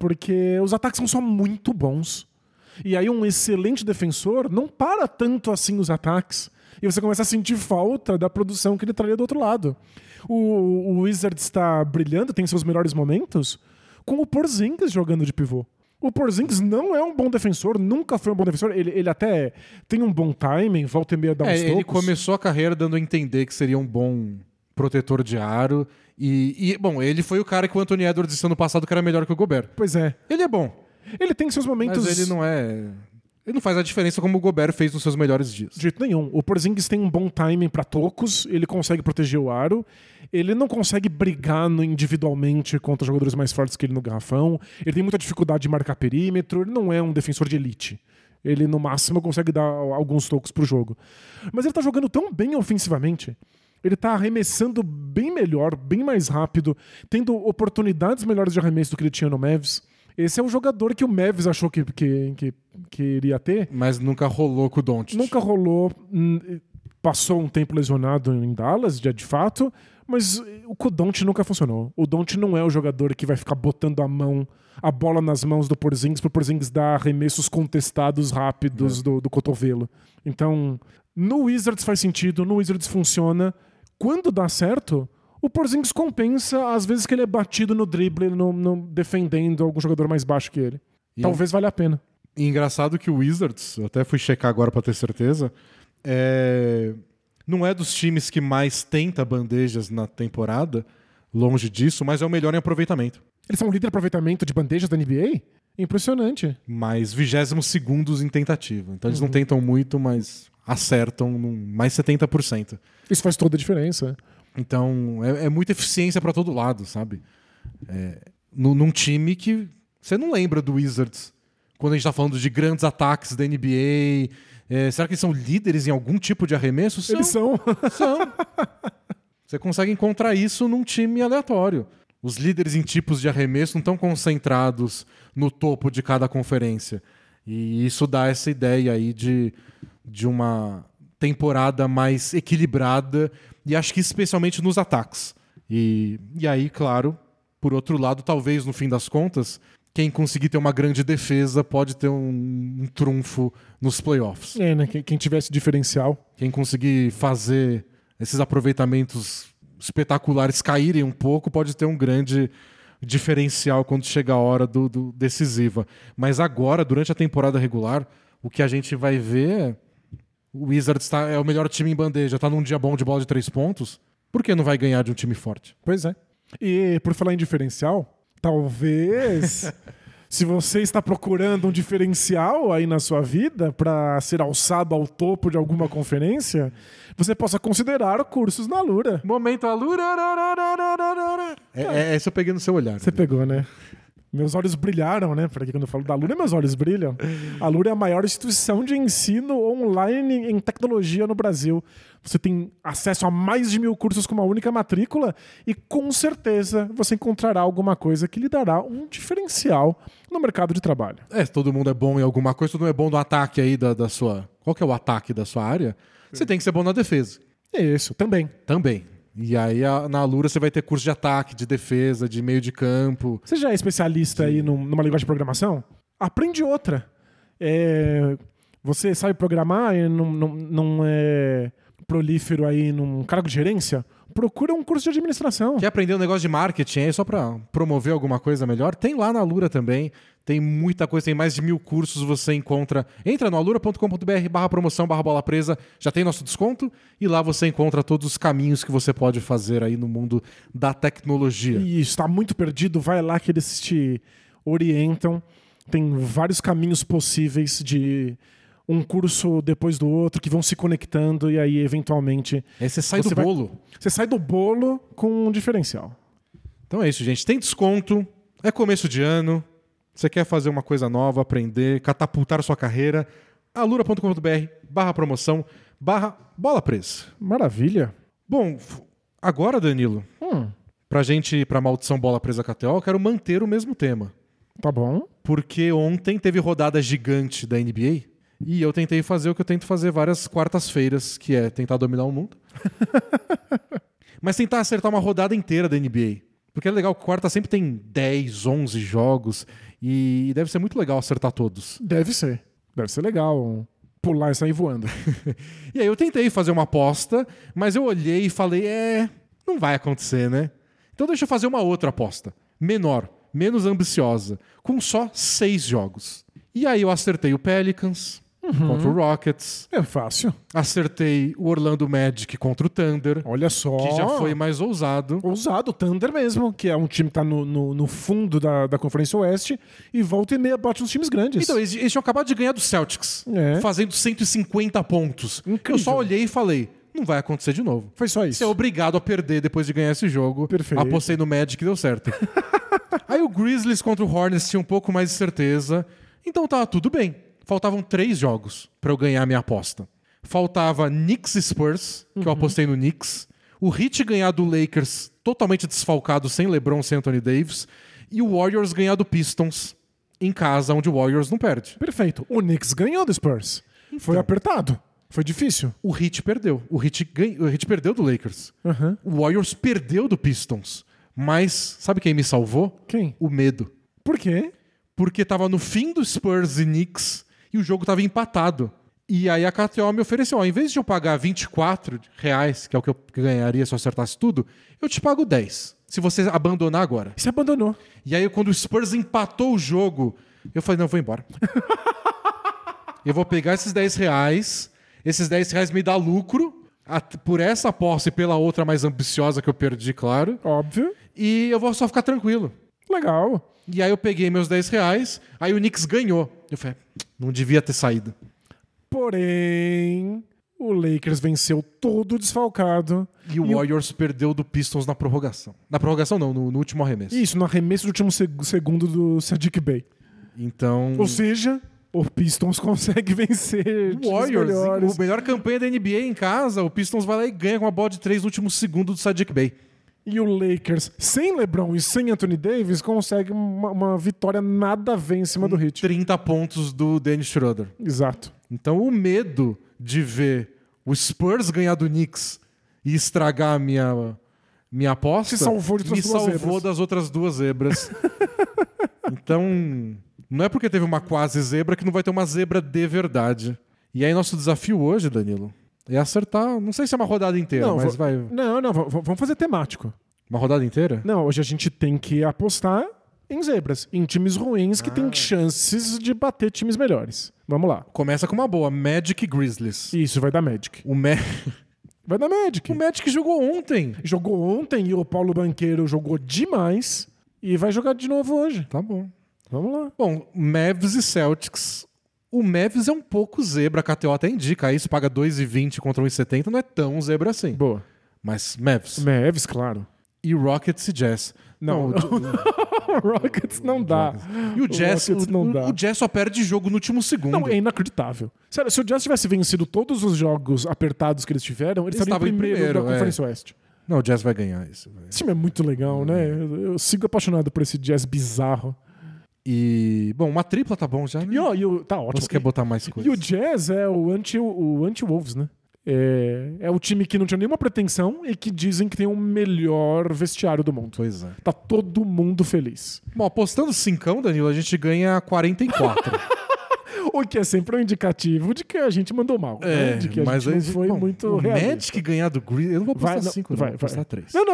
Porque os ataques são só muito bons. E aí um excelente defensor não para tanto assim os ataques. E você começa a sentir falta da produção que ele traria do outro lado. O, o Wizards está brilhando, tem seus melhores momentos, com o Porzingis jogando de pivô. O Porzingis não é um bom defensor, nunca foi um bom defensor. Ele, ele até tem um bom timing, volta e meia dá uns É, tocos. ele começou a carreira dando a entender que seria um bom protetor de aro. E, e, bom, ele foi o cara que o Anthony Edwards disse ano passado que era melhor que o Gobert. Pois é. Ele é bom. Ele tem seus momentos... Mas ele não é... Ele não faz a diferença como o Gobert fez nos seus melhores dias. De jeito nenhum. O Porzingis tem um bom timing pra tocos, ele consegue proteger o aro, ele não consegue brigar no individualmente contra jogadores mais fortes que ele no garrafão, ele tem muita dificuldade de marcar perímetro, ele não é um defensor de elite. Ele, no máximo, consegue dar alguns tocos pro jogo. Mas ele tá jogando tão bem ofensivamente, ele tá arremessando bem melhor, bem mais rápido, tendo oportunidades melhores de arremesso do que ele tinha no Mavs. Esse é o jogador que o Mavs achou que, que, que, que iria ter. Mas nunca rolou com o Doncic. Nunca rolou. Passou um tempo lesionado em Dallas, já de fato, mas o Doncic nunca funcionou. O Doncic não é o jogador que vai ficar botando a mão, a bola nas mãos do Porzingis pro Porzingis dar arremessos contestados rápidos é. do, do cotovelo. Então, no Wizards faz sentido, no Wizards funciona. Quando dá certo... O Porzingis compensa às vezes que ele é batido no drible, no, no, defendendo algum jogador mais baixo que ele. E Talvez valha a pena. E engraçado que o Wizards, eu até fui checar agora pra ter certeza, é... não é dos times que mais tenta bandejas na temporada, longe disso, mas é o melhor em aproveitamento. Eles são o líder em aproveitamento de bandejas da N B A? Impressionante. Mais vigésimos segundos em tentativa. Então eles Uhum. não tentam muito, mas acertam num mais setenta por cento. Isso faz toda a diferença. Então, é, é muita eficiência pra todo lado, sabe? É, num, num time que você não lembra do Wizards quando a gente tá falando de grandes ataques da N B A. É, será que eles são líderes em algum tipo de arremesso? São. Eles são. São. Você consegue encontrar isso num time aleatório. Os líderes em tipos de arremesso não estão concentrados no topo de cada conferência. E isso dá essa ideia aí de, de uma temporada mais equilibrada, e acho que especialmente nos ataques. E, e aí, claro, por outro lado, talvez no fim das contas, quem conseguir ter uma grande defesa pode ter um, um trunfo nos playoffs. É, né? Quem, quem tivesse diferencial. Quem conseguir fazer esses aproveitamentos espetaculares caírem um pouco pode ter um grande diferencial quando chega a hora do, do decisiva. Mas agora, durante a temporada regular, o que a gente vai ver é o Wizards tá, é o melhor time em bandeja, tá num dia bom de bola de três pontos, por que não vai ganhar de um time forte? Pois é. E por falar em diferencial, talvez se você está procurando um diferencial aí na sua vida para ser alçado ao topo de alguma conferência, você possa considerar cursos na Alura. Momento Alura. É, é, essa eu peguei no seu olhar. Você pegou, né? Meus olhos brilharam, né? Porque quando eu falo da Alura, meus olhos brilham. A Alura é a maior instituição de ensino online em tecnologia no Brasil. Você tem acesso a mais de mil cursos com uma única matrícula e, com certeza, você encontrará alguma coisa que lhe dará um diferencial no mercado de trabalho. É, todo mundo é bom em alguma coisa, todo mundo é bom no ataque aí da, da sua... Qual que é o ataque da sua área? Você tem que ser bom na defesa. Isso, também. Também. E aí a, na Alura você vai ter curso de ataque, de defesa, de meio de campo. Você já é especialista aí num, numa linguagem de programação? Aprende outra. É, você sabe programar e não, não, não é prolífero aí num cargo de gerência? Procura um curso de administração. Quer aprender um negócio de marketing aí só para promover alguma coisa melhor? Tem lá na Alura também. Tem muita coisa, tem mais de mil cursos, você encontra. Entra no alura.com.br barra promoção barra bola presa, já tem nosso desconto e lá você encontra todos os caminhos que você pode fazer aí no mundo da tecnologia. E está muito perdido, vai lá que eles te orientam. Tem vários caminhos possíveis de um curso depois do outro que vão se conectando e aí eventualmente Aí você sai você do vai- bolo. você sai do bolo com um diferencial. Então é isso, gente. Tem desconto, é começo de ano, você quer fazer uma coisa nova, aprender, catapultar sua carreira, alura.com.br barra promoção barra bola presa. Maravilha. Bom, f- agora, Danilo, Hum, pra gente ir pra Maldição Bola Presa K T O, eu quero manter o mesmo tema. tá bom. Porque ontem teve rodada gigante da N B A e eu tentei fazer o que eu tento fazer várias quartas-feiras, que é tentar dominar o mundo. Mas tentar acertar uma rodada inteira da N B A. Porque é legal que quarta sempre tem dez, onze jogos E deve ser muito legal acertar todos. Deve ser. Deve ser legal pular e sair voando. E aí eu tentei fazer uma aposta, mas eu olhei e falei, é, não vai acontecer, né? Então deixa eu fazer uma outra aposta. Menor, menos ambiciosa, com só seis jogos. E aí eu acertei o Pelicans uhum. contra o Rockets. É fácil. Acertei o Orlando Magic contra o Thunder. Olha só. Que já foi mais ousado. Ousado, o Thunder mesmo, que é um time que tá no, no, no fundo da, da Conferência Oeste e volta e meia bate uns times grandes. Então, eles, eles tinham acabado de ganhar do Celtics, é. fazendo cento e cinquenta pontos. Incrível. Eu só olhei e falei, não vai acontecer de novo. Foi só isso. Você é obrigado a perder depois de ganhar esse jogo. Perfeito. Apostei no Magic e deu certo. Aí o Grizzlies contra o Hornets tinha um pouco mais de certeza. Então tava tudo bem. Faltavam três jogos pra eu ganhar a minha aposta. Faltava Knicks e Spurs, que uhum. eu apostei no Knicks. O Heat ganhar do Lakers totalmente desfalcado, sem LeBron, sem Anthony Davis. E o Warriors ganhar do Pistons em casa, onde o Warriors não perde. Perfeito. O Knicks ganhou do Spurs. Então, foi apertado. Foi difícil. O Heat perdeu. O Heat, ganha... o Heat perdeu do Lakers. Uhum. O Warriors perdeu do Pistons. Mas sabe quem me salvou? Quem? O medo. Por quê? Porque tava no fim do Spurs e Knicks e o jogo tava empatado. E aí a K T O me ofereceu, ó, em vez de eu pagar vinte e quatro reais, que é o que eu ganharia se eu acertasse tudo, eu te pago dez, se você abandonar agora. Você abandonou. E aí quando o Spurs empatou o jogo, eu falei, não, eu vou embora. Eu vou pegar esses dez reais, esses dez reais me dá lucro, por essa aposta e pela outra mais ambiciosa que eu perdi, claro. Óbvio. E eu vou só ficar tranquilo. Legal. E aí eu peguei meus dez reais, aí o Knicks ganhou. Eu falei, não devia ter saído. Porém, o Lakers venceu todo desfalcado. E o e Warriors o... perdeu do Pistons na prorrogação. Na prorrogação não, no, no último arremesso. Isso, no arremesso do último seg- segundo do Sadiq Bey. Então... Ou seja, o Pistons consegue vencer o Warriors, melhores. O melhor campanha da N B A em casa, o Pistons vai lá e ganha com uma bola de três no último segundo do Sadiq Bey. E o Lakers, sem LeBron e sem Anthony Davis, consegue uma, uma vitória nada a ver em cima com do Heat. trinta pontos do Dennis Schroeder. Exato. Então o medo de ver o Spurs ganhar do Knicks e estragar a minha, minha aposta Se salvou de me duas salvou zebras. das outras duas zebras. Então, não é porque teve uma quase zebra que não vai ter uma zebra de verdade. E aí nosso desafio hoje, Danilo, é acertar, não sei se é uma rodada inteira, não, mas vou, vai... Não, não, vamos fazer temático. Uma rodada inteira? Não, hoje a gente tem que apostar em zebras, em times ruins que ah. têm chances de bater times melhores. Vamos lá. Começa com uma boa, Magic e Grizzlies. Isso, vai dar Magic. O Ma... Vai dar Magic. O Magic jogou ontem. Jogou ontem e o Paulo Banqueiro jogou demais e vai jogar de novo hoje. Tá bom. Vamos lá. Bom, Mavs e Celtics. O Mavs é um pouco zebra, a K T O até indica isso, paga dois e vinte contra um e setenta, não é tão zebra assim. Boa. Mas Mavs. Mavs, claro. E Rockets e Jazz. Não, não o Rockets não dá. E o Jazz, o, não o, dá. o Jazz só perde jogo no último segundo. Não, é inacreditável. Sério, se o Jazz tivesse vencido todos os jogos apertados que eles tiveram, eles, eles estavam em primeiro, primeiro da Conferência é. Oeste. Não, o Jazz vai ganhar isso. Véio. Esse time é muito legal, né? Eu, eu sigo apaixonado por esse Jazz bizarro. E, bom, uma tripla tá bom já, né? E, ó, e o, tá ótimo. Você quer botar mais coisas. E o Jazz é o anti, o anti-Wolves, né? É, é o time que não tinha nenhuma pretensão e que dizem que tem o melhor vestiário do mundo. Pois é. Tá todo mundo feliz. Bom, apostando cincão, Danilo, a gente ganha quarenta e quatro. O que é sempre um indicativo de que a gente mandou mal. É, né? De que a mas gente aí, não foi bom, muito o realista. Magic ganhar do Grizzlies... Eu não vou apostar cinco, vai, não. Vou vai. apostar três. Não, não.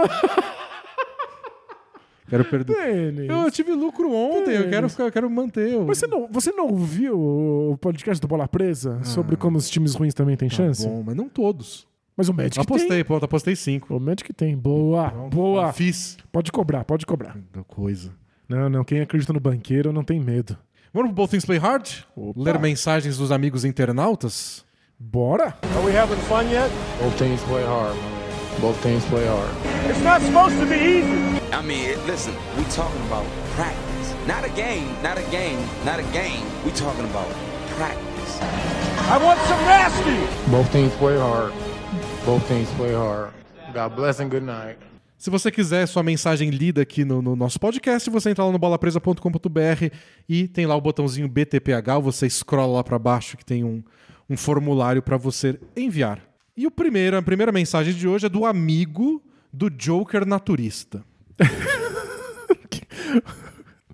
Quero perder. Tênis. Eu tive lucro ontem, Tênis. eu quero, eu quero manter. O... Mas você não, você não ouviu o podcast do Bola Presa ah, sobre como os times ruins também têm tá chance? Bom, mas não todos. Mas o Magic apostei, tem. Pronto, apostei cinco. O Magic tem. Boa, Pronto, boa. Fiz. Pode cobrar, pode cobrar. Da coisa. Não, não. Quem acredita no banqueiro não tem medo. Vamos pro Both Things Play Hard? Opa. Ler mensagens dos amigos internautas? Bora! Are we having fun yet? Both teams play hard, my man. Both teams play hard. It's not supposed to be easy. I mean, listen, we talking about practice. Not a game, not a game, not a game. We talking about practice. I want some nasty. Both teams play hard. Both teams play hard. God bless and good night. Se você quiser sua mensagem lida aqui no, no nosso podcast, você entra lá no bola presa ponto com ponto b r e tem lá o botãozinho B T P H, você scrolla lá para baixo que tem um, um formulário para você enviar. E o primeiro, a primeira mensagem de hoje é do amigo do Joker naturista.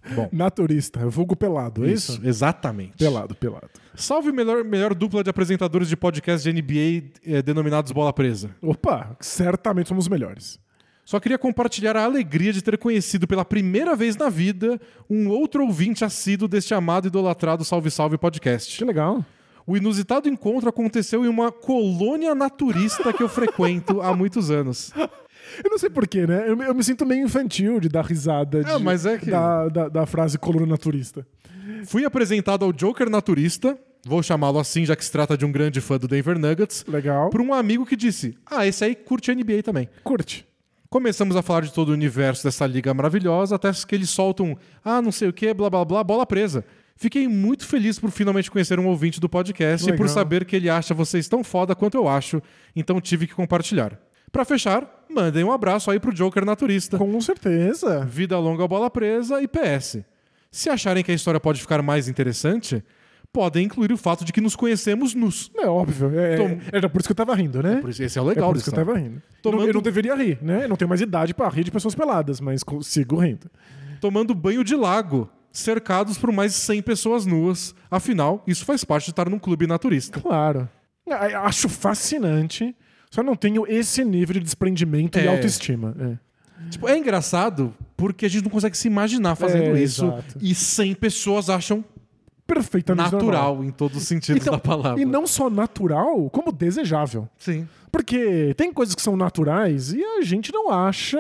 Bom. Naturista, vulgo pelado, é isso? Exatamente. Pelado, pelado. Salve melhor, melhor dupla de apresentadores de podcast de N B A eh, denominados Bola Presa. Opa, certamente somos os melhores. Só queria compartilhar a alegria de ter conhecido pela primeira vez na vida um outro ouvinte assíduo deste amado e idolatrado Salve Salve Podcast. Que legal. O inusitado encontro aconteceu em uma colônia naturista que eu frequento há muitos anos. Eu não sei porquê, né? Eu, eu me sinto meio infantil de dar risada de, É, mas é que- da, da, da frase coluna naturista. Fui apresentado ao Joker Naturista, vou chamá-lo assim já que se trata de um grande fã do Denver Nuggets, Legal. por um amigo que disse, ah, esse aí curte N B A também. Curte. Começamos a falar de todo o universo dessa liga maravilhosa, até que eles soltam, ah, não sei o que, blá blá blá, bola presa. Fiquei muito feliz por finalmente conhecer um ouvinte do podcast Legal. e por saber que ele acha vocês tão foda quanto eu acho, então tive que compartilhar. Pra fechar, mandem um abraço aí pro Joker Naturista. Com certeza. Vida longa, bola presa e P S. Se acharem que a história pode ficar mais interessante, podem incluir o fato de que nos conhecemos nus. É óbvio. É, Tom- Era por isso que eu tava rindo, né? Por isso, esse é o É legal por da isso que eu história. tava rindo. Tomando- Eu, não, eu não deveria rir, né? Eu não tenho mais idade pra rir de pessoas peladas, mas co- sigo rindo. Tomando banho de lago, cercados por mais de cem pessoas nuas. Afinal, isso faz parte de estar num clube naturista. Claro. A- Acho fascinante. Só não tenho esse nível de desprendimento e É. autoestima. É. Tipo, é engraçado porque a gente não consegue se imaginar fazendo É, isso exato. e cem pessoas acham Perfeitamente natural normal. em todos os sentidos Então, da palavra. E não só natural, como desejável. Sim. Porque tem coisas que são naturais e a gente não acha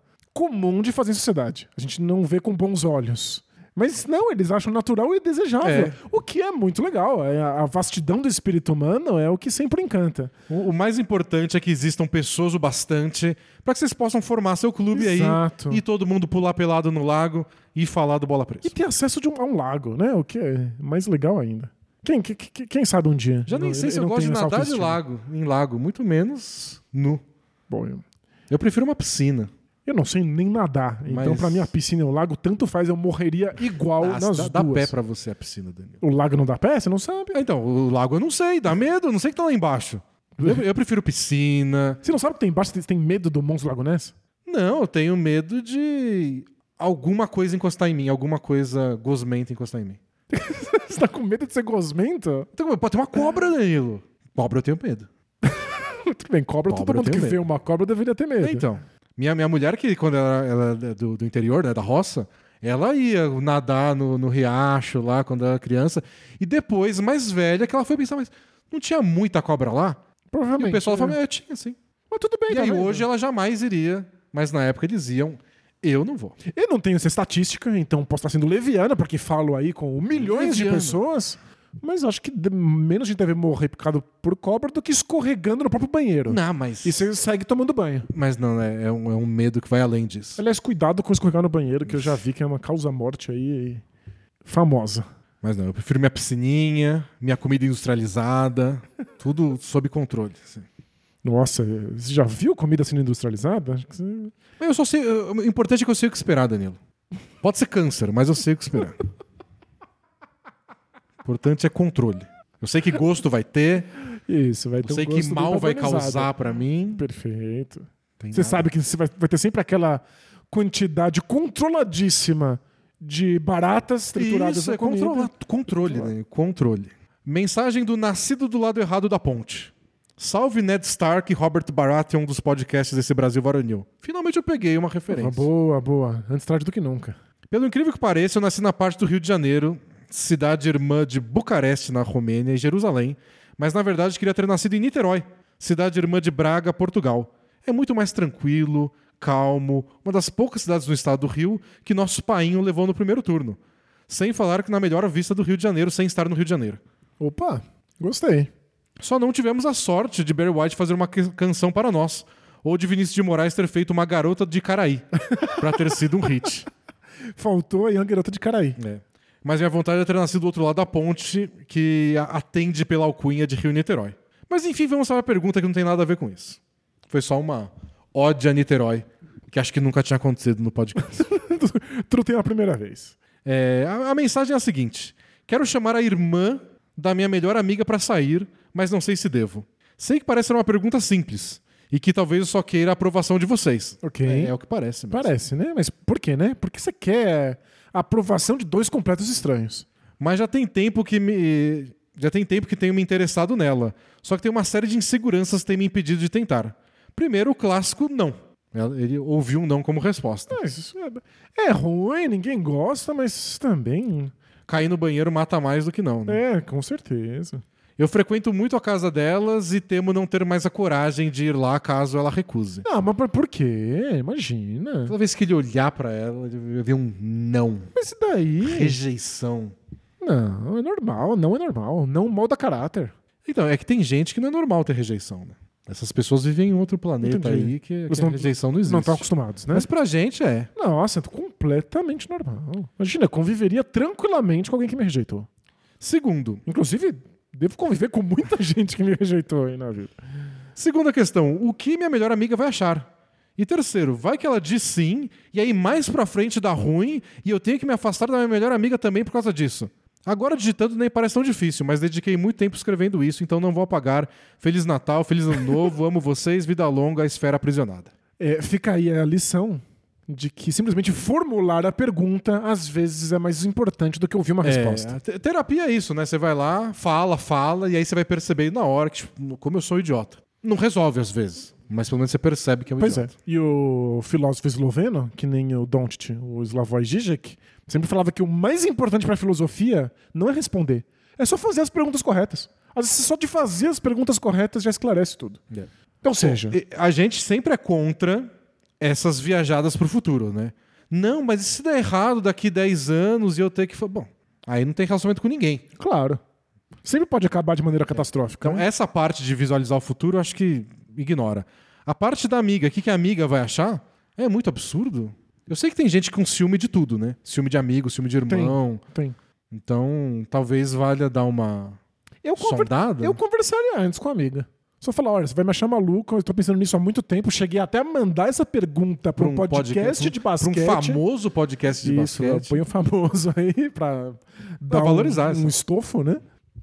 comum de fazer em sociedade. A gente não vê com bons olhos. Mas não, eles acham natural e desejável. É. O que é muito legal. É a a vastidão do espírito humano é o que sempre encanta. O, o mais importante é que existam pessoas o bastante para que vocês possam formar seu clube Exato. aí e todo mundo pular pelado no lago e falar do bola presa. E ter acesso de um- a um lago, né? O que é mais legal ainda. Quem, que- que- quem sabe um dia? Já nem Eu- sei se eu, não gosto de tenho essa nadar de autoestima. lago, em lago, muito menos nu. Bom, eu, Eu prefiro uma piscina. eu não sei nem nadar. Então, Mas- pra mim, a piscina e o lago, tanto faz, eu morreria igual Ah, nas dá, dá duas. pé pra você a piscina, Danilo. O lago não dá pé? Você não sabe. Ah, Então, o lago eu não sei, dá medo, eu não sei o que tá lá embaixo. Eu, eu prefiro piscina. Você não sabe o que tem embaixo? Você tem medo do monstro Lago Ness? Não, eu tenho medo de alguma coisa encostar em mim, alguma coisa gosmenta encostar em mim. Você tá com medo de ser gosmento? Então, pode ter uma cobra, Danilo. Cobra eu tenho medo. Tudo bem, cobra, Cobra, todo mundo eu que tenho vê medo. uma cobra deveria ter medo. É, então, minha, minha mulher, que quando ela, ela é do, do interior, né, da roça, ela ia nadar no, no riacho lá quando era criança. E depois, mais velha, que ela foi pensar, mas não tinha muita cobra lá? Provavelmente. E o pessoal é. falava, é, tinha sim. Mas tudo bem, E tá aí vendo? hoje ela jamais iria, mas na época eles iam, eu não vou. Eu não tenho essa estatística, então posso estar sendo leviana, porque falo aí com milhões de Leviano. pessoas. Mas acho que de- menos gente deve morrer picado por cobra do que escorregando no próprio banheiro. Não, mas... E você segue tomando banho. Mas não, é, é, um, é um medo que vai além disso. Aliás, cuidado com escorregar no banheiro, que eu já vi que é uma causa-morte aí famosa. Mas não, eu prefiro minha piscininha, minha comida industrializada, tudo sob controle. Assim. Nossa, você já viu comida sendo industrializada? Acho que você- Eu só sei. eu- O importante é que eu sei o que esperar, Danilo. Pode ser câncer, mas eu sei o que esperar. O importante é controle. Eu sei que gosto vai ter, Isso, vai ter eu sei um que gosto bem mal vai padronizado. causar pra mim. Perfeito. Tem Você nada. sabe que você vai, vai ter sempre aquela quantidade controladíssima de baratas trituradas Isso, na é comida. controla- controle, né? Controle. Mensagem do nascido do lado errado da ponte. Salve Ned Stark e Robert Baratheon dos podcasts desse Brasil varonil. Finalmente eu peguei uma Ah, referência. boa, boa. Antes tarde do que nunca. Pelo incrível que pareça, eu nasci na parte do Rio de Janeiro, cidade irmã de Bucareste, na Romênia, e Jerusalém, mas na verdade queria ter nascido em Niterói, cidade irmã de Braga, Portugal. É muito mais tranquilo, calmo, uma das poucas cidades no estado do Rio que nosso painho levou no primeiro turno. Sem falar que na melhor vista do Rio de Janeiro, sem estar no Rio de Janeiro. Opa, gostei. Só não tivemos a sorte de Barry White fazer uma ca- canção para nós, ou de Vinícius de Moraes ter feito uma garota de Caraí, para ter sido um hit. Faltou a Young Garota de Caraí. É. Mas minha vontade é ter nascido do outro lado da ponte, que a- atende pela alcunha de Rio-Niterói. Mas enfim, vamos para a pergunta que não tem nada a ver com isso. Foi só uma ode a Niterói, que acho que nunca tinha acontecido no podcast. Tudo tem a primeira vez. É, a, a mensagem é a seguinte: quero chamar a irmã da minha melhor amiga para sair, mas não sei se devo. Sei que parece ser uma pergunta simples e que talvez eu só queira a aprovação de vocês. Ok. É, é o que parece. Mesmo. Parece, né? Mas por quê, né? Por que você quer a aprovação de dois completos estranhos. Mas já tem tempo que me... Já tem tempo que tenho me interessado nela. Só que tem uma série de inseguranças que tem me impedido de tentar. Primeiro, o clássico não. Ele ouviu um não como resposta. Mas isso é, é ruim, ninguém gosta, mas também... Cair no banheiro mata mais do que não, né? É, com certeza. Eu frequento muito a casa delas e temo não ter mais a coragem de ir lá caso ela recuse. Ah, mas por- por quê? Imagina. Toda vez que ele olhar pra ela, ele vê um não. Mas e daí? Rejeição. Não, é normal, não é normal. Não molda caráter. Então, é que tem gente que não é normal ter rejeição, né? Essas pessoas vivem em outro planeta Entendi. aí que, Eles que a não- rejeição não existe. Não estão acostumados, né? Mas pra gente é. Nossa, é completamente normal. Imagina, eu conviveria tranquilamente com alguém que me rejeitou. Segundo, Inclusive, devo conviver com muita gente que me rejeitou aí na vida. segunda questão, o que minha melhor amiga vai achar? E terceiro, vai que ela diz sim, e aí mais pra frente dá ruim, e eu tenho que me afastar da minha melhor amiga também por causa disso. Agora digitando nem parece tão difícil, mas dediquei muito tempo escrevendo isso, então não vou apagar. Feliz Natal, Feliz Ano Novo, amo vocês, vida longa, esfera aprisionada. É, fica aí a lição de que simplesmente formular a pergunta às vezes é mais importante do que ouvir uma resposta. É, te- terapia é isso, né? Você vai lá, fala, fala, e aí você vai perceber na hora que, tipo, como eu sou um idiota. Não resolve às vezes, mas pelo menos você percebe que é um Pois é. idiota. E o filósofo esloveno, que nem o Doncic, o Slavoj Žižek, sempre falava que o mais importante para a filosofia não é responder, é só fazer as perguntas corretas. Às vezes só de fazer as perguntas corretas já esclarece tudo. É. Então seja, E a gente sempre é contra essas viajadas pro futuro, né? Não, mas e se der errado daqui dez anos e eu ter que... fa- Bom, aí não tem relacionamento com ninguém. claro, sempre pode acabar de maneira catastrófica. Então, né? essa parte de visualizar o futuro, eu acho que ignora. A parte da amiga, o que que a amiga vai achar? É muito absurdo. Eu sei que tem gente com ciúme de tudo, né? Ciúme de amigo, ciúme de irmão. Tem. Então, talvez valha dar uma Eu, conver- sondada. eu conversaria antes com a amiga. Só falar, olha, você vai me achar maluco, eu tô pensando nisso há muito tempo. Cheguei até a mandar essa pergunta para um podcast podca- de pra basquete. um famoso podcast de Isso, eu basquete. ponho o famoso aí pra dar valorizar um, isso. um estofo, né?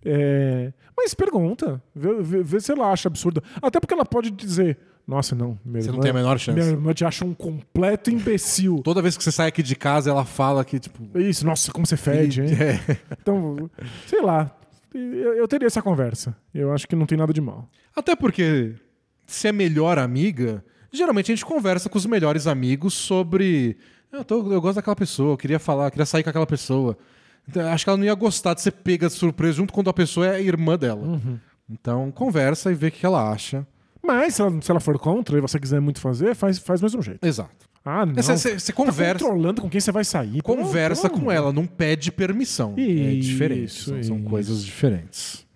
É, mas pergunta, vê, vê- vê se ela acha absurdo. Até porque ela pode dizer, nossa, não, minha Você não irmã- tem a menor chance. Minha irmã te acha um completo imbecil. Toda vez que você sai aqui de casa, ela fala que, tipo... Isso, nossa, como você fede, hein? É. Então, sei lá, eu, eu teria essa conversa. Eu acho que não tem nada de mal. Até porque, se é melhor amiga, geralmente a gente conversa com os melhores amigos sobre... Eu, tô- eu gosto daquela pessoa, eu queria falar, eu queria sair com aquela pessoa. Então, acho que ela não ia gostar de ser pega de surpresa junto quando a pessoa é a irmã dela. Uhum. Então, conversa e vê o que ela acha. Mas se ela, se ela for contra e você quiser muito fazer, faz, faz do mesmo jeito. Exato. Ah, não. Você- você- você Tá conversa- controlando com quem você vai sair. Pelo- Conversa pelo com amor. ela, não pede permissão. é Isso, diferente. São, são isso. coisas diferentes.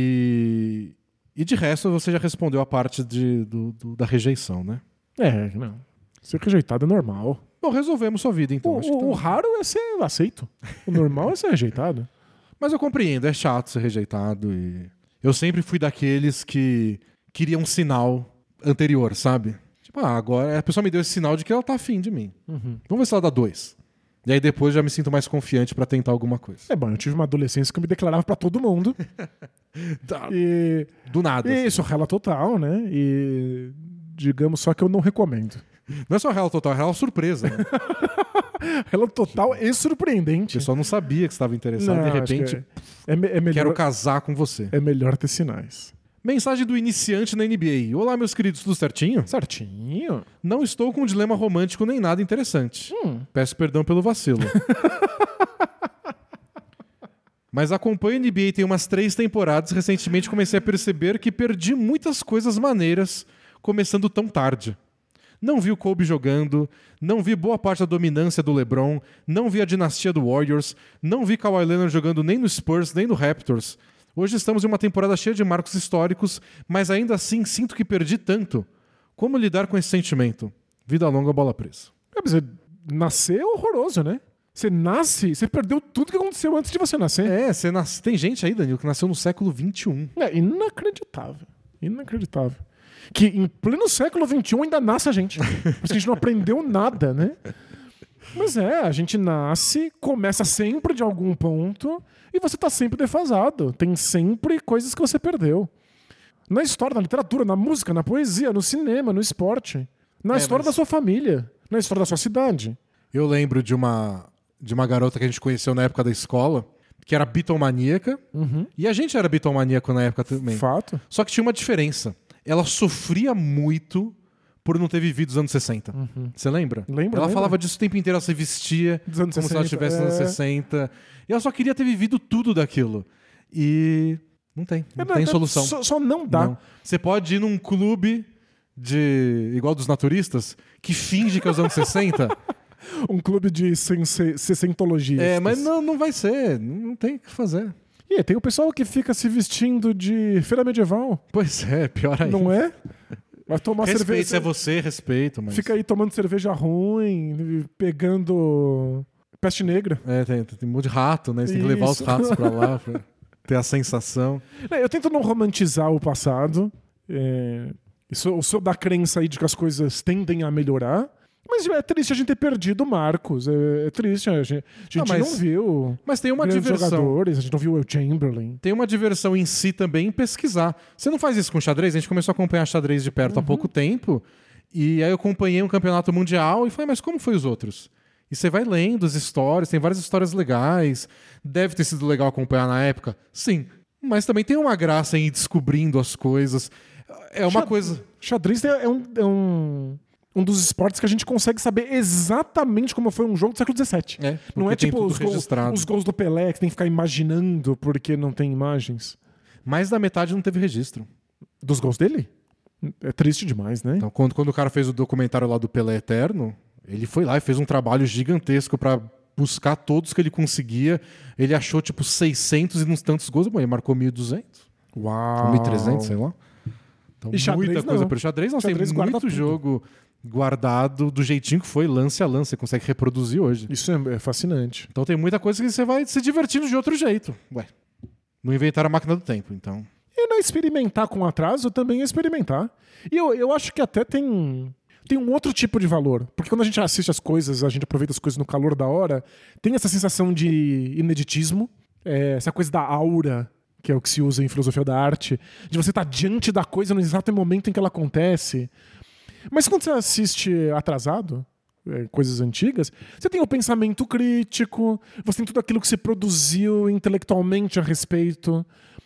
E, e de resto, você já respondeu a parte de, do- do- da rejeição, né? É, não. Ser rejeitado é normal. Bom, resolvemos sua vida, então. O, Acho que o- tá- o raro é ser aceito. O normal é ser rejeitado. Mas eu compreendo, é chato ser rejeitado. E eu sempre fui daqueles que queriam um sinal anterior, sabe? Tipo, ah, agora a pessoa me deu esse sinal de que ela tá afim de mim. Uhum. Vamos ver se ela dá dois. E aí depois já me sinto mais confiante pra tentar alguma coisa. É bom, eu tive uma adolescência que eu me declarava pra todo mundo. E Do nada. isso, rela total, né? E digamos só que eu não recomendo. Não é só real total, é real surpresa. Né? Rela total e O surpreendente. pessoal não sabia que você estava interessado. Não, de acho que repente, é, é, me- é melhor, quero casar com você. é melhor ter sinais. Mensagem do iniciante na N B A. Olá, meus queridos, tudo certinho? Certinho. Não estou com um dilema romântico nem nada interessante. Hum. Peço perdão pelo vacilo. Mas acompanho a N B A tem umas três temporadas. Recentemente comecei a perceber que perdi muitas coisas maneiras começando tão tarde. Não vi o Kobe jogando, não vi boa parte da dominância do LeBron, não vi a dinastia do Warriors, não vi Kawhi Leonard jogando nem no Spurs, nem no Raptors. Hoje estamos em uma temporada cheia de marcos históricos, mas ainda assim sinto que perdi tanto. Como lidar com esse sentimento? Vida longa, bola presa. É, mas é- nascer é horroroso, né? Você nasce, você perdeu tudo que aconteceu antes de você nascer. É, você nasce... tem gente aí, Danilo, que nasceu no século vinte e um. É inacreditável. Inacreditável. Que em pleno século vinte e um ainda nasce a gente. Porque a gente não aprendeu nada, né? Mas é, a gente nasce, começa sempre de algum ponto e você tá sempre defasado. Tem sempre coisas que você perdeu. Na história, na literatura, na música, na poesia, no cinema, no esporte. Na É, história mas- da sua família. Na história da sua cidade. Eu lembro de uma, de uma garota que a gente conheceu na época da escola, que era bitomaníaca, Uhum. e a gente era bitomaníaco na época também. Fato. Só que tinha uma diferença. Ela sofria muito por não ter vivido os anos sessenta. Você lembra? Lembro, Ela lembro. falava disso o tempo inteiro, ela se vestia Dos anos como se ela sessenta, estivesse nos é. anos sessenta. E ela só queria ter vivido tudo daquilo. E não tem. Não É, tem é, solução. Só, só não dá. Não. Você pode ir num clube de igual dos naturistas que finge que é os anos sessenta. Um clube de sense- sessentologistas. É, mas não, não vai ser. Não tem o que fazer. E tem o pessoal que fica se vestindo de feira medieval, Pois é, pior ainda. não é? Vai tomar Respeito, cerveja. se é você, respeito. Mas... Fica aí tomando cerveja ruim, pegando peste negra. É, tem, tem um monte de rato, né? Você tem que levar os Isso. ratos pra lá pra ter a sensação. É, eu tento não romantizar o passado. É, isso, eu sou da crença aí de que as coisas tendem a melhorar. Mas é triste a gente ter perdido o Marcos. É, é triste. A gente, a gente Ah, mas- não viu Mas tem uma grandes diversão. jogadores, a gente não viu o Will Chamberlain. Tem uma diversão em si também em pesquisar. Você não faz isso com xadrez? A gente começou a acompanhar xadrez de perto há pouco tempo. E aí eu acompanhei um campeonato mundial e falei, mas como foi os outros? E você vai lendo as histórias, tem várias histórias legais. Deve ter sido legal acompanhar na época? Sim. Mas também tem uma graça em ir descobrindo as coisas. É uma Xa- coisa... Xadrez é um, é um, um dos esportes que a gente consegue saber exatamente como foi um jogo do século dezessete. É, Não é porque tem tipo tudo os, gol- registrado. os gols do Pelé que tem que ficar imaginando porque não tem imagens. Mais da metade não teve registro. Dos gols dele? É triste demais, né? Então, quando, quando o cara fez o documentário lá do Pelé Eterno, ele foi lá e fez um trabalho gigantesco pra buscar todos que ele conseguia. Ele achou, tipo, seiscentos e uns tantos gols. Bom, ele marcou mil e duzentos, Uau. mil e trezentos, sei lá. Então, E xadrez, muita coisa não. para xadrez. Nós Xadrez tem guarda muito tudo. jogo guardado do jeitinho que foi, lance a lance. Você consegue reproduzir hoje. Isso é, é fascinante. Então tem muita coisa que você vai se divertindo de outro jeito. Ué, não inventaram a máquina do tempo, então... E não experimentar com atraso também é experimentar. E eu, eu acho que até tem, tem um outro tipo de valor. Porque quando a gente assiste as coisas, a gente aproveita as coisas no calor da hora, tem essa sensação de ineditismo, é, essa coisa da aura, que é o que se usa em filosofia da arte, de você estar diante da coisa no exato momento em que ela acontece. Mas quando você assiste atrasado, é, coisas antigas, você tem o pensamento crítico, você tem tudo aquilo que você produziu intelectualmente a respeito.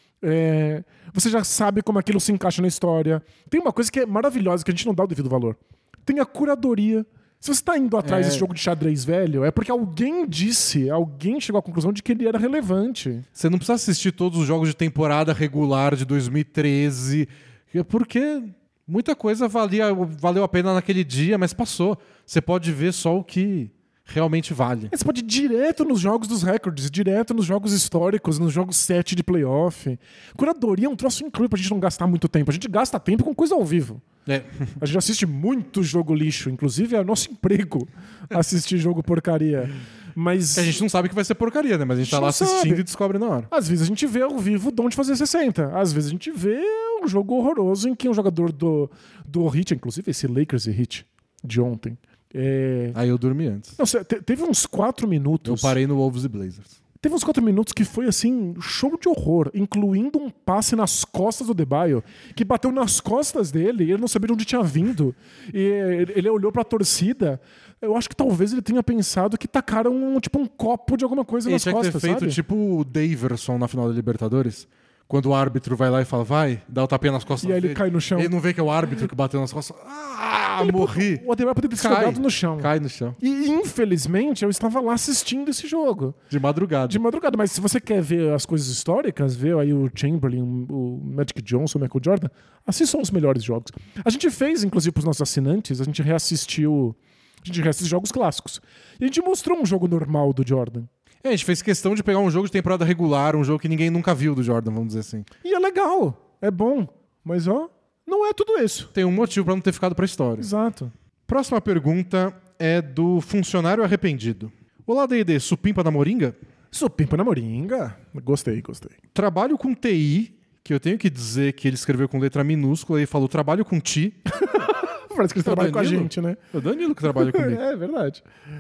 É, você já sabe como aquilo se encaixa na história. Tem uma coisa que é maravilhosa, que a gente não dá o devido valor. Tem a curadoria. Se você está indo atrás É. desse jogo de xadrez velho, é porque alguém disse, alguém chegou à conclusão de que ele era relevante. Você não precisa assistir todos os jogos de temporada regular de dois mil e treze, porque muita coisa valia, valeu a pena naquele dia, mas passou. Você pode ver só o que realmente vale. Você pode ir direto nos jogos dos recordes, direto nos jogos históricos, nos jogos sete de playoff. Curadoria é um troço incrível pra gente não gastar muito tempo. A gente gasta tempo com coisa ao vivo. É. A gente assiste muito jogo lixo. Inclusive, é nosso emprego assistir jogo porcaria. Mas A gente não sabe que vai ser porcaria, né? Mas a gente tá A lá gente não assistindo sabe. e descobre na hora. às vezes a gente vê ao vivo de onde fazer sessenta. Às vezes a gente vê um jogo horroroso em que um jogador do, do Heat, inclusive esse Lakers e Heat de ontem, é... Aí eu dormi antes. Não, te- teve uns quatro minutos. Eu parei no Wolves e Blazers. Teve uns quatro minutos que foi assim, show de horror, incluindo um passe nas costas do Adebayo, que bateu nas costas dele e ele não sabia de onde tinha vindo. E ele olhou pra torcida. Eu acho que talvez ele tenha pensado que tacaram um, tipo um copo de alguma coisa Ele nas tinha que ter costas, feito sabe? tipo o Daverson na final da Libertadores. Quando o árbitro vai lá e fala, vai, dá o tapinha nas costas E aí ele dele. cai no chão. Ele não vê que é o árbitro que bateu nas costas. Ah, Ele- morri. O Adebayo poderia ter se Cai. jogado no chão. Cai no chão. E infelizmente eu estava lá assistindo esse jogo. De madrugada. De madrugada, mas se você quer ver as coisas históricas, ver aí o Chamberlain, o Magic Johnson, o Michael Jordan, assim são os melhores jogos. A gente fez, inclusive, para os nossos assinantes, a gente reassistiu, a gente reassistiu jogos clássicos. E a gente mostrou um jogo normal do Jordan. É, a gente fez questão de pegar um jogo de temporada regular, um jogo que ninguém nunca viu do Jordan, vamos dizer assim. E é legal, é bom, mas ó, não é tudo isso. Tem um motivo pra não ter ficado pra história. Exato. Próxima pergunta é do funcionário arrependido. Olá, D e D, supimpa na moringa? Supimpa na moringa. Gostei, gostei. Trabalho com T I, que eu tenho que dizer que ele escreveu com letra minúscula e falou trabalho com Ti. Parece que eles É o trabalham com a Danilo? gente, né? É o Danilo que trabalha comigo. É verdade.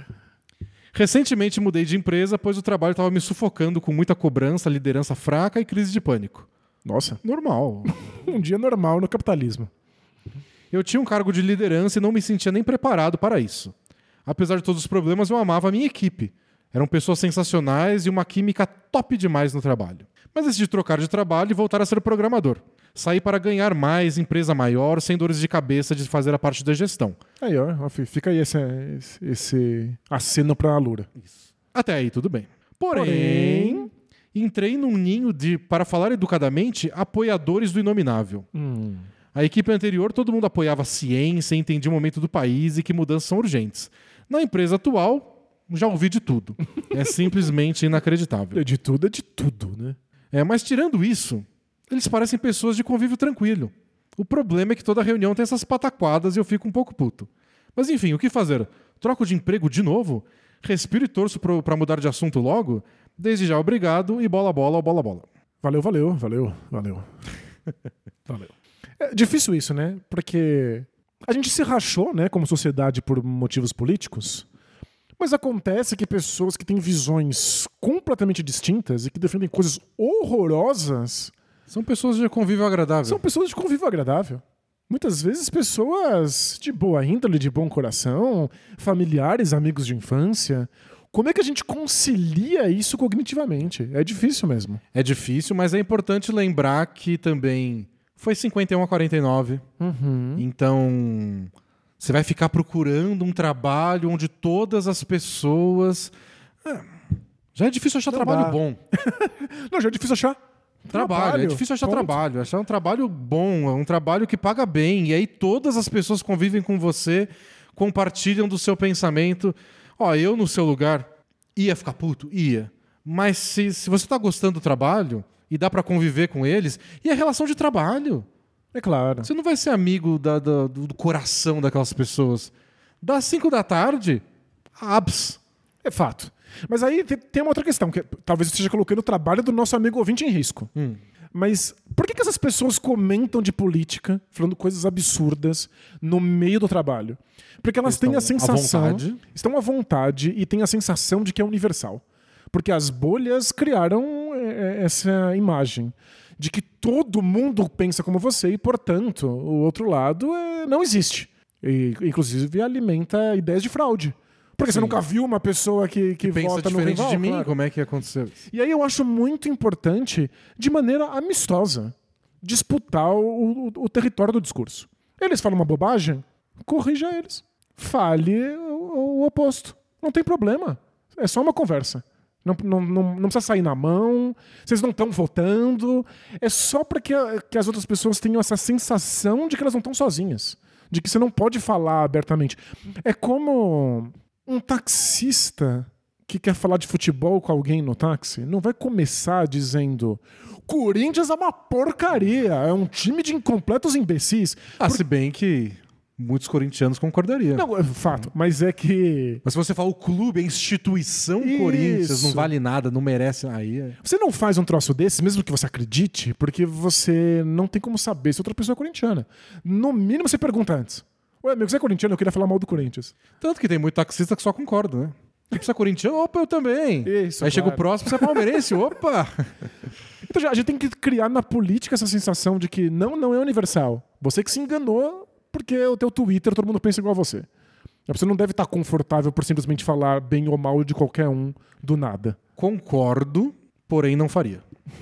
Recentemente mudei de empresa, pois o trabalho estava me sufocando com muita cobrança, liderança fraca e crise de pânico. Nossa, Normal. um dia normal no capitalismo. Eu tinha um cargo de liderança e não me sentia nem preparado para isso. Apesar de todos os problemas, eu amava a minha equipe. Eram pessoas sensacionais e uma química top demais no trabalho. Mas decidi trocar de trabalho e voltar a ser programador. Saí para ganhar mais, empresa maior, sem dores de cabeça de fazer a parte da gestão. Aí, ó, fica aí esse, esse, esse aceno pra Alura. Isso. Até aí, tudo bem. Porém, Porém... entrei num ninho de, para falar educadamente, apoiadores do inominável. Hum. A equipe anterior, todo mundo apoiava a ciência, entendia o momento do país e que mudanças são urgentes. Na empresa atual, já ouvi de tudo. É simplesmente inacreditável. De tudo é de tudo, né? É, mas tirando isso, eles parecem pessoas de convívio tranquilo. O problema é que toda reunião tem essas pataquadas e eu fico um pouco puto. Mas enfim, o que fazer? Troco de emprego de novo? Respiro e torço pro, pra mudar de assunto logo? Desde já, obrigado e bola, bola, bola, bola. Valeu, valeu, valeu, valeu. valeu. É difícil isso, né? Porque a gente se rachou, né, como sociedade por motivos políticos, mas acontece que pessoas que têm visões completamente distintas e que defendem coisas horrorosas são pessoas de convívio agradável. São pessoas de convívio agradável. Muitas vezes pessoas de boa índole, de bom coração, familiares, amigos de infância. Como é que a gente concilia isso cognitivamente? É difícil mesmo. É difícil, mas é importante lembrar que também foi cinquenta e um a quarenta e nove. Uhum. Então, você vai ficar procurando um trabalho onde todas as pessoas... É, já é difícil achar trabalho, trabalho bom. Não, já é difícil achar trabalho. trabalho. É difícil achar ponto. trabalho. Achar um trabalho bom, um trabalho que paga bem. E aí todas as pessoas que convivem com você, compartilham do seu pensamento. Ó, eu no seu lugar ia ficar puto? Ia. Mas se, se você tá gostando do trabalho e dá pra conviver com eles, e a relação de trabalho? É claro. Você não vai ser amigo da, da, do coração daquelas pessoas. Das cinco da tarde, abs. É fato. Mas aí tem uma outra questão, que talvez eu esteja colocando o trabalho do nosso amigo ouvinte em risco. Hum. Mas por que, que essas pessoas comentam de política, falando coisas absurdas, no meio do trabalho? Porque elas Estão têm a sensação... à vontade. Estão à vontade e têm a sensação de que é universal. Porque as bolhas criaram essa imagem de que todo mundo pensa como você e, portanto, o outro lado é, não existe. E, inclusive, alimenta ideias de fraude. Porque Sim. você nunca viu uma pessoa que, que, que pensa vota no diferente rival, de mim, claro. Como é que aconteceu isso? E aí eu acho muito importante, de maneira amistosa, disputar o, o, o território do discurso. Eles falam uma bobagem, corrija eles. Fale o, o oposto. Não tem problema. É só uma conversa. Não, não, não, não precisa sair na mão, vocês não estão votando. É só para que, que as outras pessoas tenham essa sensação de que elas não estão sozinhas. De que você não pode falar abertamente. É como um taxista que quer falar de futebol com alguém no táxi não vai começar dizendo Corinthians é uma porcaria, é um time de incompletos imbecis. Ah, Por... se bem que muitos corintianos concordariam. Não, é fato, mas é que... Mas se você fala o clube, a instituição Isso. Corinthians não vale nada, não merece... Aí é... Você não faz um troço desse, mesmo que você acredite, porque você não tem como saber se outra pessoa é corintiana. No mínimo você pergunta antes. Ué, amigo, você é corintiano? Eu queria falar mal do Corinthians. Tanto que tem muito taxista que só concorda, né? Tipo, você é corintiano? Opa, eu também. Isso, aí claro. chega o próximo, você é palmeirense? Opa! Então já, a gente tem que criar na política essa sensação de que não, não é universal. Você que se enganou porque o teu Twitter todo mundo pensa igual a você. Você não deve estar confortável por simplesmente falar bem ou mal de qualquer um do nada. Concordo, porém não faria.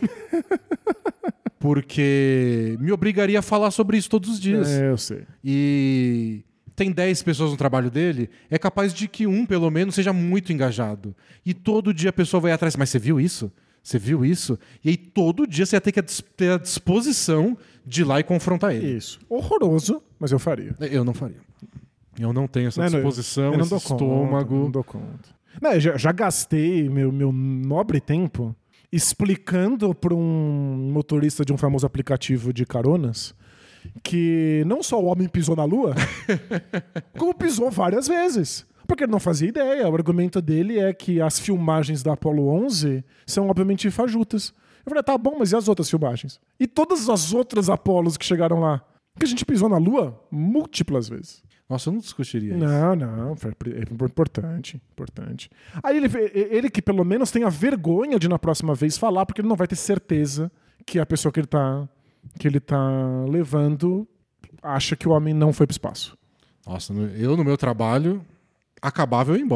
Porque me obrigaria a falar sobre isso todos os dias. É, eu sei. E tem dez pessoas no trabalho dele, é capaz de que um, pelo menos, seja muito engajado. E todo dia a pessoa vai atrás. Mas você viu isso? Você viu isso? E aí todo dia você ia ter que ter a disposição de ir lá e confrontar ele. Isso. Horroroso, mas eu faria. Eu não faria. Eu não tenho essa não, disposição, eu não esse dou estômago. Conta, não dou conta. Não, já, já gastei meu, meu nobre tempo explicando para um motorista de um famoso aplicativo de caronas que não só o homem pisou na Lua, como pisou várias vezes. Porque ele não fazia ideia. O argumento dele é que as filmagens da Apollo onze são obviamente fajutas. Eu falei, tá bom, mas e as outras filmagens? E todas as outras Apolos que chegaram lá? Porque a gente pisou na Lua múltiplas vezes. Nossa, eu não discutiria isso. Não, não, é importante, importante. Aí ele, ele que pelo menos tenha vergonha de na próxima vez falar, porque ele não vai ter certeza que a pessoa que ele tá, que ele tá levando acha que o homem não foi pro espaço. Nossa, eu no meu trabalho, acabava eu ir embora.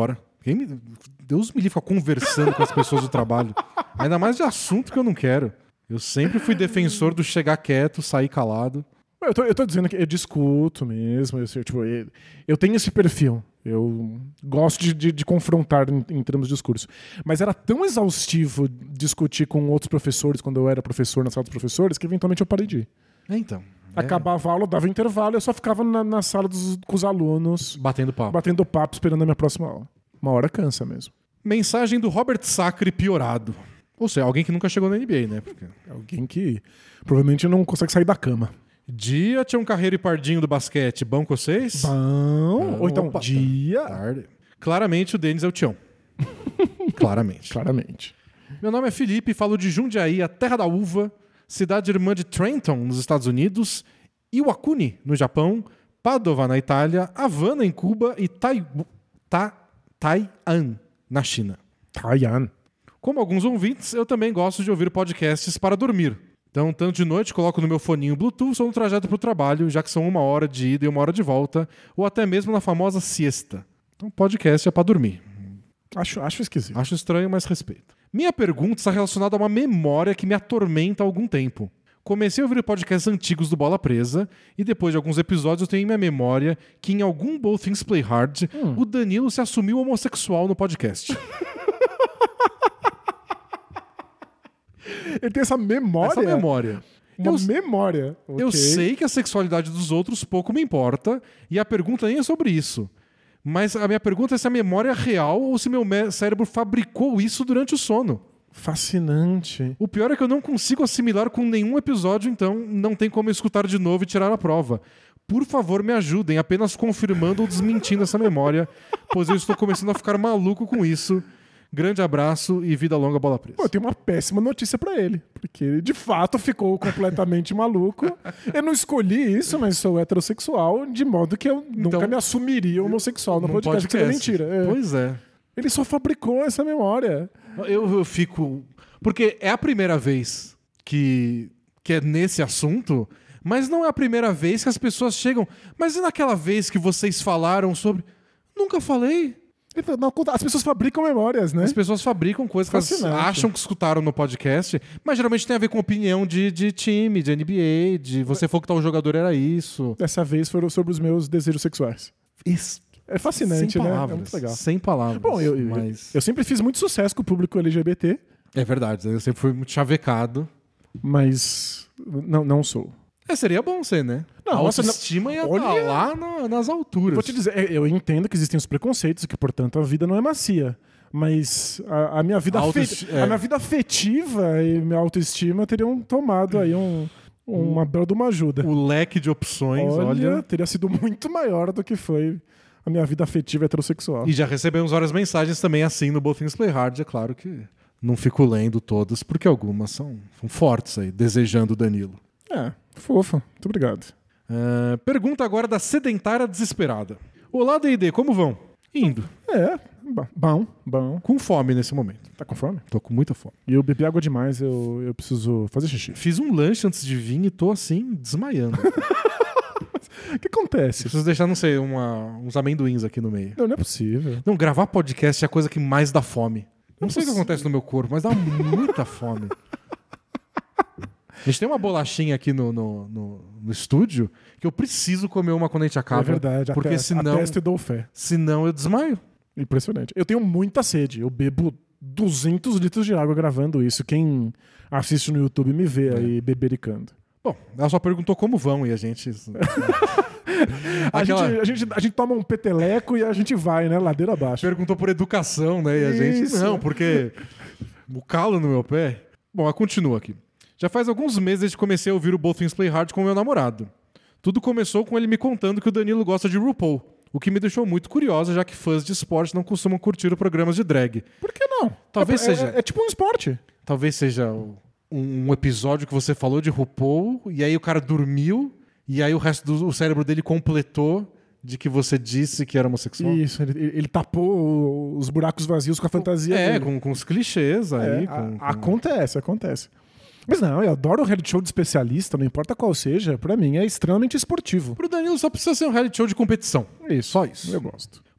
Quem me... Deus me livre ficar conversando com as pessoas do trabalho. Ainda mais de assunto que eu não quero. Eu sempre fui defensor do chegar quieto, sair calado. Eu tô, eu tô dizendo que eu discuto mesmo. Eu, tipo, eu, eu tenho esse perfil. Eu gosto de, de, de confrontar em, em termos de discurso. Mas era tão exaustivo discutir com outros professores quando eu era professor na sala dos professores que eventualmente eu parei de ir. Então. É. Acabava a aula, dava intervalo e eu só ficava na, na sala dos, com os alunos. Batendo papo. Batendo papo, esperando a minha próxima aula. Uma hora cansa mesmo. Mensagem do Robert Sacre piorado. Ou seja, alguém que nunca chegou na N B A, né? Porque... Alguém que provavelmente não consegue sair da cama. Dia, Tião Carreiro e Pardinho do basquete, bom com vocês? Bom. Ah, Ou então, opa, dia. Tarde. Claramente o Denis é o Tião. Claramente. Claramente. Meu nome é Felipe, falo de Jundiaí, a terra da uva, cidade irmã de Trenton, nos Estados Unidos, Iwakuni, no Japão, Padova, na Itália, Havana, em Cuba e Tai... Ta... Tai'an, na China. Tai'an. Como alguns ouvintes, eu também gosto de ouvir podcasts para dormir. Então, tanto de noite, coloco no meu foninho Bluetooth ou no trajeto para o trabalho, já que são uma hora de ida e uma hora de volta, ou até mesmo na famosa siesta. Então, podcast é para dormir. Acho, acho esquisito. Acho estranho, mas respeito. Minha pergunta está relacionada a uma memória que me atormenta há algum tempo. Comecei a ouvir podcasts antigos do Bola Presa, e depois de alguns episódios eu tenho em minha memória que em algum Both Things Play Hard, hum. o Danilo se assumiu homossexual no podcast. Ele tem essa memória? Essa memória. Uma eu, memória. Eu okay. sei que a sexualidade dos outros pouco me importa, e a pergunta nem é sobre isso. Mas a minha pergunta é se a memória é real ou se meu cérebro fabricou isso durante o sono. Fascinante. O pior é que eu não consigo assimilar com nenhum episódio, então não tem como eu escutar de novo e tirar a prova. Por favor, me ajudem, apenas confirmando ou desmentindo essa memória, pois eu estou começando a ficar maluco com isso. Grande abraço e vida longa, Bola Presa. Pô, eu tenho uma péssima notícia pra ele, porque ele de fato ficou completamente maluco. Eu não escolhi isso, mas sou heterossexual, de modo que eu então, nunca me assumiria homossexual no podcast, podcast. Que é mentira. É. Pois é. Ele só fabricou essa memória. Eu, eu fico... Porque é a primeira vez que, que é nesse assunto, mas não é a primeira vez que as pessoas chegam... Mas e naquela vez que vocês falaram sobre... Nunca falei... As pessoas fabricam memórias, né? As pessoas fabricam coisas Fascinante. que elas acham que escutaram no podcast, mas geralmente tem a ver com opinião de, de time, de N B A, de você falou que tal jogador era isso. Dessa vez foram sobre os meus desejos sexuais. Isso. É fascinante, Sem né? Palavras, é muito legal. Sem palavras. Bom, eu, mas... eu, eu sempre fiz muito sucesso com o público L G B T. É verdade, eu sempre fui muito chavecado. Mas não, não sou. É, seria bom ser, né? Não, a autoestima ia estar olha... lá no, nas alturas. Vou te dizer, eu entendo que existem os preconceitos e que, portanto, a vida não é macia. Mas a, a, minha, vida Autoesti... afe... é. a minha vida afetiva e minha autoestima teriam tomado aí um, uma bela de uma ajuda. O leque de opções, olha, olha... teria sido muito maior do que foi a minha vida afetiva heterossexual. E já recebemos várias mensagens também assim no Both Things Play Hard, é claro que não fico lendo todas, porque algumas são, são fortes aí, desejando o Danilo. É, fofa. Muito obrigado. Uh, pergunta agora da sedentária desesperada. Olá, D e D, como vão? Indo. É, bom, bom. Com fome nesse momento. Tá com fome? Tô com muita fome. E eu bebi água demais, eu, eu preciso fazer xixi. Fiz um lanche antes de vir e tô assim, desmaiando. O que acontece? Preciso deixar, não sei, uma, uns amendoins aqui no meio. Não, não é possível. Não, gravar podcast é a coisa que mais dá fome. Não, não sei o que acontece no meu corpo, mas dá muita fome. A gente tem uma bolachinha aqui no, no, no, no estúdio que eu preciso comer uma quando a gente acaba. É verdade, porque até, senão, atesto e dou fé. Senão eu desmaio. Impressionante. Eu tenho muita sede. Eu bebo duzentos litros de água gravando isso. Quem assiste no YouTube me vê é. aí bebericando. Bom, ela só perguntou como vão e a gente... a, Aquela... gente, a, gente, a gente toma um peteleco e a gente vai, né? Ladeira abaixo. Perguntou por educação, né? E a gente... Isso. Não, porque o calo no meu pé... Bom, ela continua aqui. Já faz alguns meses desde que comecei a ouvir o Both Things Play Hard com meu namorado. Tudo começou com ele me contando que o Danilo gosta de RuPaul, o que me deixou muito curiosa, já que fãs de esporte não costumam curtir programas de drag. Por que não? Talvez é, seja... É, é tipo um esporte. Talvez seja um, um episódio que você falou de RuPaul, e aí o cara dormiu, e aí o resto do o cérebro dele completou de que você disse que era homossexual. Isso, ele, ele tapou os buracos vazios com a fantasia É, dele. Com, com os clichês aí. É, com, a, com... Acontece, acontece. Mas não, eu adoro o reality show de especialista, não importa qual seja, pra mim é extremamente esportivo. Pro Danilo só precisa ser um reality show de competição. Isso, só isso. Eu gosto.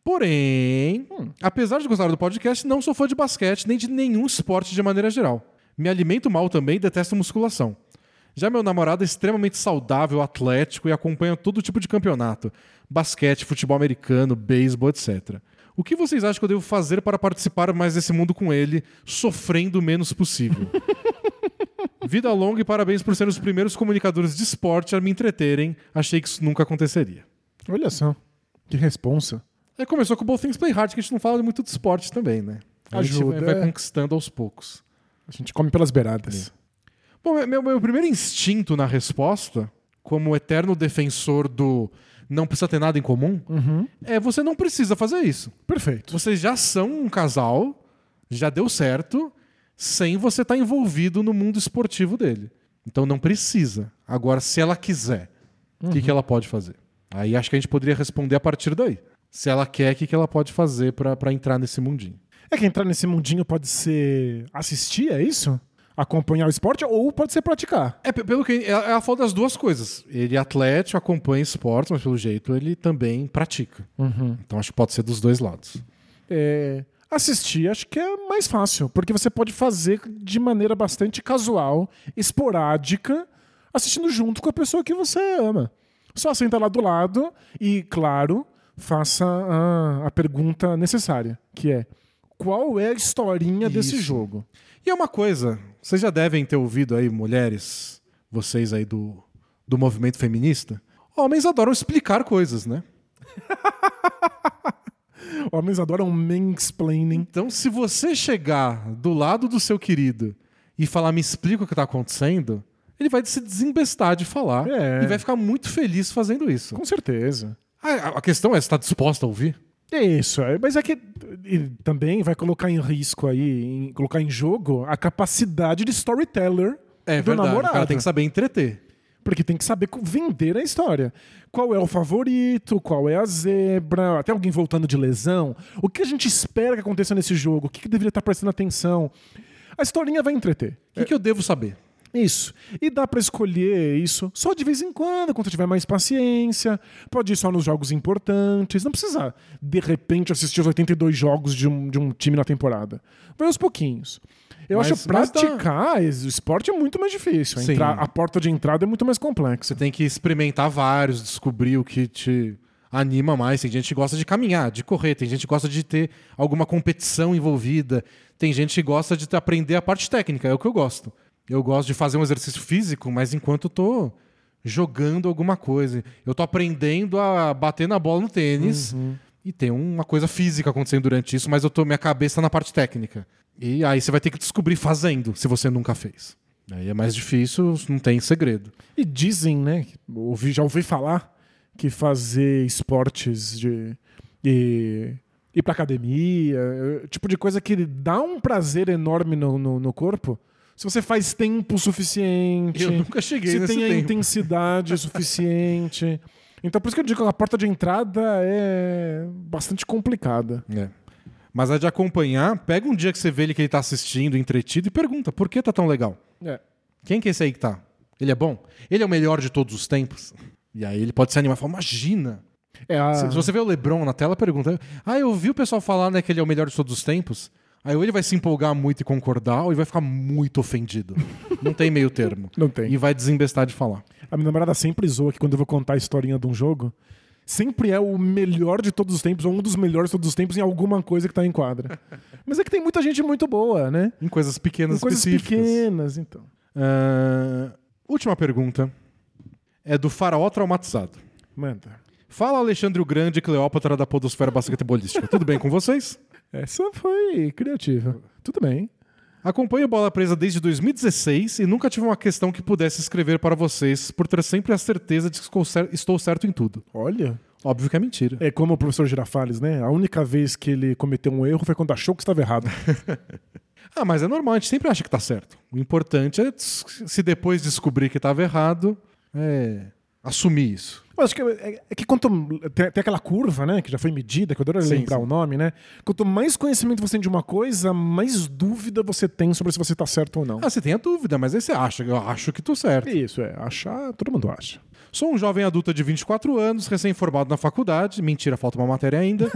Porém, hum. apesar de gostar do podcast, não sou fã de basquete nem de nenhum esporte de maneira geral. Me alimento mal também e detesto musculação. Já meu namorado é extremamente saudável, atlético e acompanha todo tipo de campeonato. Basquete, futebol americano, beisebol, etcétera. O que vocês acham que eu devo fazer para participar mais desse mundo com ele, sofrendo o menos possível? Vida longa e parabéns por serem os primeiros comunicadores de esporte a me entreterem. Achei que isso nunca aconteceria. Olha só, que responsa. É, começou com o Both Things Play Hard, que a gente não fala muito de esporte também, né? A Ajuda, gente vai, é. vai conquistando aos poucos. A gente come pelas beiradas. É. Bom, meu, meu primeiro instinto na resposta, como eterno defensor do não precisa ter nada em comum, Uhum. é você não precisa fazer isso. Perfeito. Vocês já são um casal, já deu certo, sem você estar envolvido no mundo esportivo dele. Então não precisa. Agora, se ela quiser, o Uhum. que, que ela pode fazer? Aí acho que a gente poderia responder a partir daí. Se ela quer, o que, que ela pode fazer pra, pra entrar nesse mundinho? É que entrar nesse mundinho pode ser assistir, é isso? Acompanhar o esporte ou pode ser praticar. É, p- pelo que ela falou das duas coisas. Ele é atlético, acompanha esportes, mas pelo jeito ele também pratica. Uhum. Então acho que pode ser dos dois lados. É, assistir acho que é mais fácil, porque você pode fazer de maneira bastante casual, esporádica, assistindo junto com a pessoa que você ama. Só senta lá do lado e, claro, faça a, a pergunta necessária, que é: qual é a historinha desse Isso. jogo? E é uma coisa, vocês já devem ter ouvido aí, mulheres, vocês aí do, do movimento feminista, homens adoram explicar coisas, né? Homens adoram mansplaining. Então, se você chegar do lado do seu querido e falar, me explica o que está acontecendo, ele vai se desembestar de falar É. e vai ficar muito feliz fazendo isso. Com certeza. A, a questão é, você está disposta a ouvir? É isso, é, mas é que e também vai colocar em risco aí, em, colocar em jogo a capacidade de storyteller É do verdade, namorado. o cara tem que saber entreter. Porque tem que saber co- vender a história. Qual é o favorito, qual é a zebra, até alguém voltando de lesão. O que a gente espera que aconteça nesse jogo? O que, que deveria estar prestando atenção? A historinha vai entreter. O que, que eu devo saber? Isso. E dá pra escolher isso só de vez em quando, quando tiver mais paciência. Pode ir só nos jogos importantes. Não precisa, de repente, assistir os oitenta e dois jogos de um, de um time na temporada. Vai aos pouquinhos. Eu Mas- acho mas dá- praticar o esporte é muito mais difícil. A, Sim. entra- a porta de entrada é muito mais complexa. Você tem que experimentar vários, descobrir o que te anima mais. Tem gente que gosta de caminhar, de correr, tem gente que gosta de ter alguma competição envolvida, tem gente que gosta de aprender a parte técnica, é o que eu gosto. Eu gosto de fazer um exercício físico, mas enquanto eu tô jogando alguma coisa. Eu tô aprendendo a bater na bola no tênis e tem uma coisa física acontecendo durante isso, mas eu tô minha cabeça tá na parte técnica. E aí você vai ter que descobrir fazendo, se você nunca fez. Aí é mais difícil, não tem segredo. E dizem, né? Ouvi, já ouvi falar que fazer esportes de. E, ir pra academia, eh, tipo de coisa que dá um prazer enorme no, no, no corpo. Se você faz tempo suficiente. Eu nunca cheguei se nesse tem a tempo. intensidade suficiente. Então, por isso que eu digo que a porta de entrada é bastante complicada. É. Mas a de acompanhar, pega um dia que você vê ele que ele tá assistindo, entretido, e pergunta, por que tá tão legal? É. Quem que é esse aí que tá? Ele é bom? Ele é o melhor de todos os tempos? E aí ele pode se animar e falar, imagina! É a... Se, se você vê o LeBron na tela, pergunta, ah, eu ouvi o pessoal falar, né, que ele é o melhor de todos os tempos. Aí ou ele vai se empolgar muito e concordar, ou ele vai ficar muito ofendido. Não tem meio termo. Não tem. E vai desembestar de falar. A minha namorada sempre zoa que quando eu vou contar a historinha de um jogo, sempre é o melhor de todos os tempos, ou um dos melhores de todos os tempos em alguma coisa que tá em quadra. Mas é que tem muita gente muito boa, né? Em coisas pequenas Em coisas específicas. pequenas, então. Ah, última pergunta. É do Faraó Traumatizado. Manda. Fala Alexandre o Grande, Cleópatra da podosfera basquetebolística. Tudo bem com vocês? Essa foi criativa. Tudo bem. Acompanho Bola Presa desde dois mil e dezesseis e nunca tive uma questão que pudesse escrever para vocês por ter sempre a certeza de que estou cer- estou certo em tudo. Olha. Óbvio que é mentira. É como o professor Girafales, né? A única vez que ele cometeu um erro foi quando achou que estava errado. Ah, mas é normal, a gente sempre acha que tá certo. O importante é, se depois descobrir que estava errado, é assumir isso. Eu acho que é, é que quanto tem, tem aquela curva, né, que já foi medida, que eu adoro Sim, lembrar sim. o nome, né? Quanto mais conhecimento você tem de uma coisa, mais dúvida você tem sobre se você tá certo ou não. Ah, você tem a dúvida, mas aí você acha. Eu acho que tô certo. Isso, é. Achar, todo mundo acha. Sou um jovem adulto de vinte e quatro anos, recém-formado na faculdade. Mentira, falta uma matéria ainda.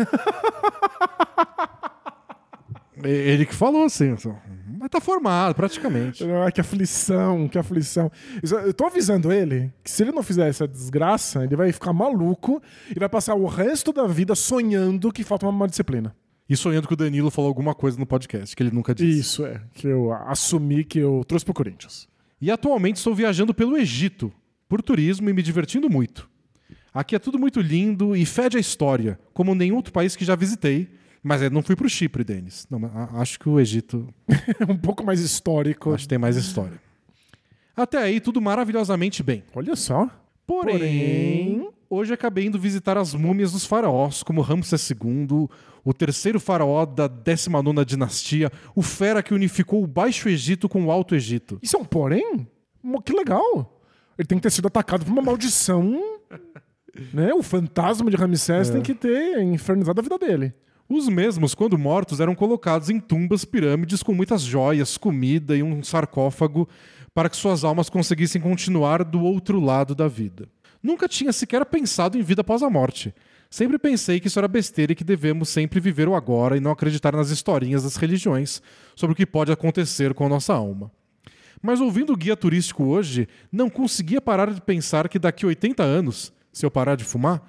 Ele que falou, assim. Mas tá formado, praticamente. Ah, que aflição, que aflição. Isso- Eu tô avisando ele que se ele não fizer essa desgraça, ele vai ficar maluco e vai passar o resto da vida sonhando que falta uma disciplina. E sonhando que o Danilo falou alguma coisa no podcast, que ele nunca disse. Isso, é. Que eu assumi que eu trouxe pro Corinthians. E atualmente estou viajando pelo Egito, por turismo e me divertindo muito. Aqui é tudo muito lindo e fede a história, como nenhum outro país que já visitei. Mas eu não fui pro Chipre, Denis. Não, mas a- acho que o Egito um pouco mais histórico. acho que tem mais história. Até aí, tudo maravilhosamente bem. Olha só. Porém, Porém- hoje acabei indo visitar as múmias dos faraós, como Ramsés segundo, o terceiro faraó da décima nona dinastia, o fera que unificou o Baixo Egito com o Alto Egito. Isso é um porém? Mo- Que legal. Ele tem que ter sido atacado por uma maldição. Né? O fantasma de Ramsés tem que ter infernizado a vida dele. Os mesmos, quando mortos, eram colocados em tumbas pirâmides com muitas joias, comida e um sarcófago para que suas almas conseguissem continuar do outro lado da vida. Nunca tinha sequer pensado em vida após a morte. Sempre pensei que isso era besteira e que devemos sempre viver o agora e não acreditar nas historinhas das religiões sobre o que pode acontecer com a nossa alma. Mas ouvindo o guia turístico hoje, não conseguia parar de pensar que daqui a oitenta anos, se eu parar de fumar,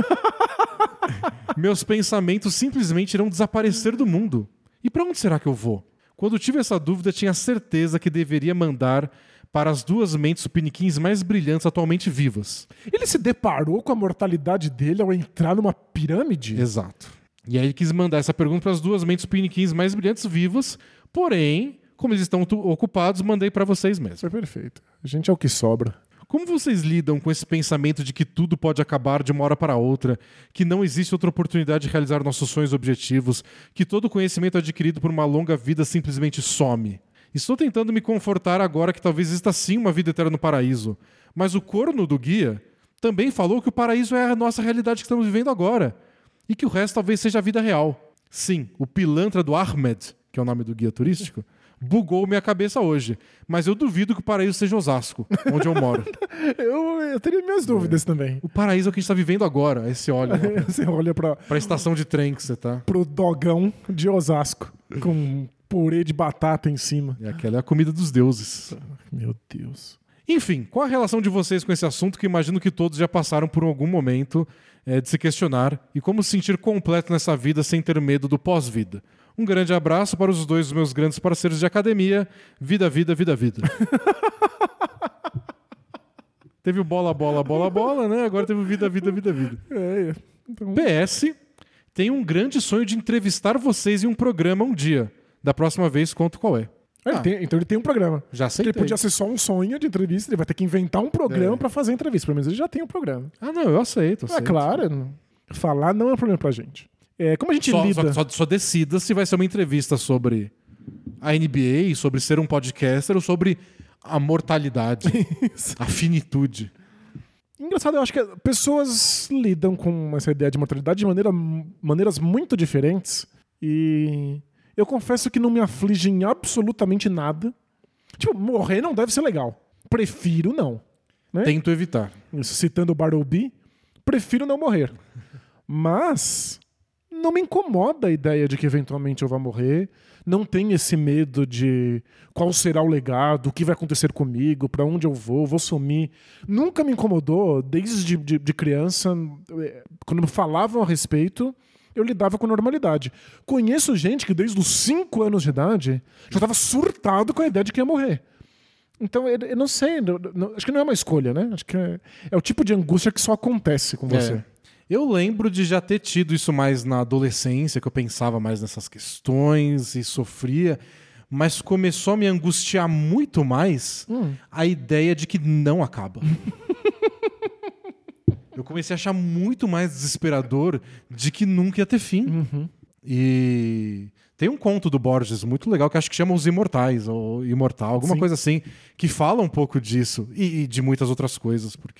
meus pensamentos simplesmente irão desaparecer do mundo. E para onde será que eu vou? Quando tive essa dúvida, tinha certeza que deveria mandar para as duas mentes supiniquins mais brilhantes atualmente vivas. Ele se deparou com a mortalidade dele ao entrar numa pirâmide? Exato. E aí ele quis mandar essa pergunta para as duas mentes supiniquins mais brilhantes vivas, porém, como eles estão tu- ocupados, mandei para vocês mesmos. Foi perfeito. A gente é o que sobra. Como vocês lidam com esse pensamento de que tudo pode acabar de uma hora para outra, que não existe outra oportunidade de realizar nossos sonhos e objetivos, que todo conhecimento adquirido por uma longa vida simplesmente some? Estou tentando me confortar agora que talvez exista sim uma vida eterna no paraíso, mas o corno do guia também falou que o paraíso é a nossa realidade que estamos vivendo agora e que o resto talvez seja a vida real. Sim, o pilantra do Ahmed, que é o nome do guia turístico, bugou minha cabeça hoje, mas eu duvido que o paraíso seja Osasco, onde eu moro. Eu, eu teria minhas dúvidas também. O paraíso é o que a gente está vivendo agora. Aí você olha lá Você olha pra, pra estação de trem que você tá. pro dogão de Osasco com purê de batata em cima. E aquela é a comida dos deuses. Meu Deus. Enfim, qual a relação de vocês com esse assunto que imagino que todos já passaram por algum momento é, de se questionar e como se sentir completo nessa vida sem ter medo do pós-vida? Um grande abraço para os dois meus grandes parceiros de academia. Vida, vida, vida, vida. Teve o bola, bola, bola, bola, né? Agora teve o vida, vida, vida, vida. É, então... P S, tenho um grande sonho de entrevistar vocês em um programa um dia. Da próxima vez, conto qual é. Ele Ah. tem- então ele tem um programa. Já Porque aceitei. podia ser só um sonho de entrevista, ele vai ter que inventar um programa É. pra fazer entrevista. Pelo menos ele já tem um programa. Ah, não, eu aceito. É aceito. claro, não- falar não é um problema pra gente. É, como a gente Só, lida... só, só, só decida se vai ser uma entrevista sobre a N B A, sobre ser um podcaster ou sobre a mortalidade, a finitude. Engraçado, eu acho que pessoas lidam com essa ideia de mortalidade de maneira, maneiras muito diferentes. E eu confesso que não me aflige em absolutamente nada. Tipo, morrer não deve ser legal. Prefiro não. Né? Tento evitar. Isso, citando o Bartleby, prefiro não morrer. Mas não me incomoda a ideia de que eventualmente eu vá morrer. Não tenho esse medo de qual será o legado, o que vai acontecer comigo, pra onde eu vou, vou sumir. Nunca me incomodou, desde de, de criança, eh, quando me falavam a respeito, eu lidava com normalidade. Conheço gente que desde os cinco anos de idade já estava surtado com a ideia de que ia morrer. Então, eu, eu não sei, não- não- acho que não é uma escolha, né? Acho que é, é o tipo de angústia que só acontece com você. É. Eu lembro de já ter tido isso mais na adolescência, que eu pensava mais nessas questões e sofria, mas começou a me angustiar muito mais Hum. a ideia de que não acaba. Eu comecei a achar muito mais desesperador de que nunca ia ter fim. Uhum. E tem um conto do Borges muito legal que acho que chama Os Imortais, ou Imortal, alguma Sim. coisa assim, que fala um pouco disso e, e de muitas outras coisas, porque...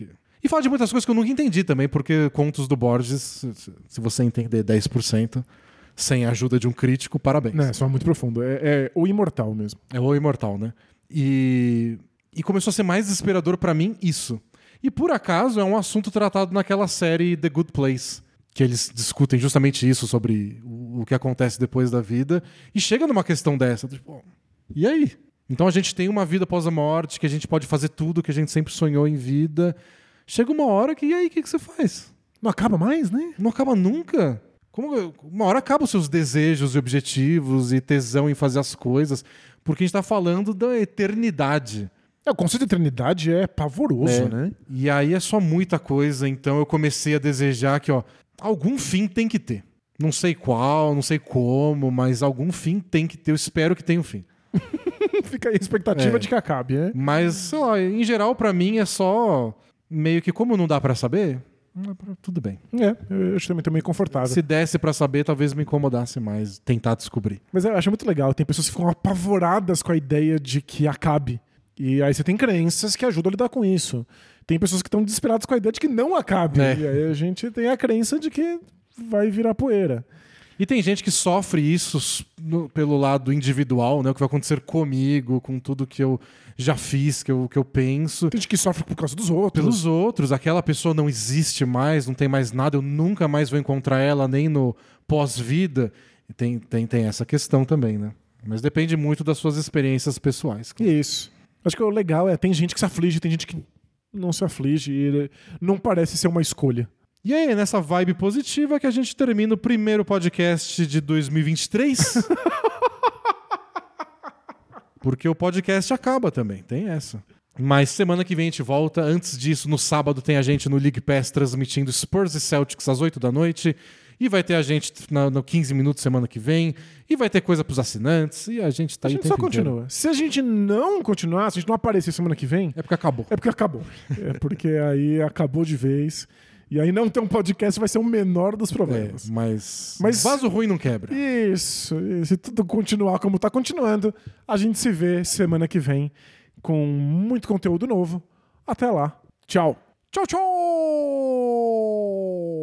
E falar de muitas coisas que eu nunca entendi também, porque Contos do Borges, se- se você entender dez por cento sem a ajuda de um crítico, parabéns. Né, só muito profundo. É, é o imortal mesmo. É o imortal, né? E, e começou a ser mais desesperador pra mim isso. E por acaso é um assunto tratado naquela série The Good Place, que eles discutem justamente isso, sobre o, o que acontece depois da vida, e chega numa questão dessa, tipo, e aí? Então a gente tem uma vida após a morte, que a gente pode fazer tudo que a gente sempre sonhou em vida. Chega uma hora que, e aí, o que, que você faz? Não acaba mais, né? Não acaba nunca. Como, uma hora acabam os seus desejos e objetivos e tesão em fazer as coisas, porque a gente tá falando da eternidade. É, o conceito de eternidade é pavoroso, É. né? E aí é só muita coisa, então eu comecei a desejar que, ó, algum fim tem que ter. Não sei qual, não sei como, mas algum fim tem que ter. Eu espero que tenha um fim. Fica aí a expectativa É. de que acabe, né? Mas, sei lá, em geral, pra mim é só meio que como não dá pra saber, tudo bem. É, eu acho também tô meio confortável. Se desse pra saber, talvez me incomodasse mais tentar descobrir. Mas eu acho muito legal. Tem pessoas que ficam apavoradas com a ideia de que acabe. E aí você tem crenças que ajudam a lidar com isso. Tem pessoas que estão desesperadas com a ideia de que não acabe. É. E aí a gente tem a crença de que vai virar poeira. E tem gente que sofre isso s- no- pelo lado individual, né? O que vai acontecer comigo, com tudo que eu já fiz, que eu, que eu penso. Tem gente que sofre por causa dos outros. Pelos outros, aquela pessoa não existe mais, não tem mais nada, eu nunca mais vou encontrar ela nem no pós-vida. E Tem, tem, tem essa questão também, né? Mas depende muito das suas experiências pessoais. Isso. Acho que o legal é, tem gente que se aflige, tem gente que não se aflige e não parece ser uma escolha. E aí, nessa vibe positiva que a gente termina o primeiro podcast de dois mil e vinte e três. Porque o podcast acaba também, tem essa. Mas semana que vem a gente volta. Antes disso, no sábado tem a gente no League Pass transmitindo Spurs e Celtics às oito da noite. E vai ter a gente na- no quinze minutos semana que vem. E vai ter coisa pros assinantes. E a gente tá A aí gente o só tempo inteiro. continua. Se a gente não continuar, se a gente não aparecer semana que vem, É porque acabou. é porque acabou. É porque aí acabou de vez. E aí não ter um podcast vai ser o menor dos É, problemas. mas... Mas- vaso ruim não quebra. Isso. E se tudo continuar como tá continuando, a gente se vê semana que vem com muito conteúdo novo. Até lá. Tchau. Tchau, tchau!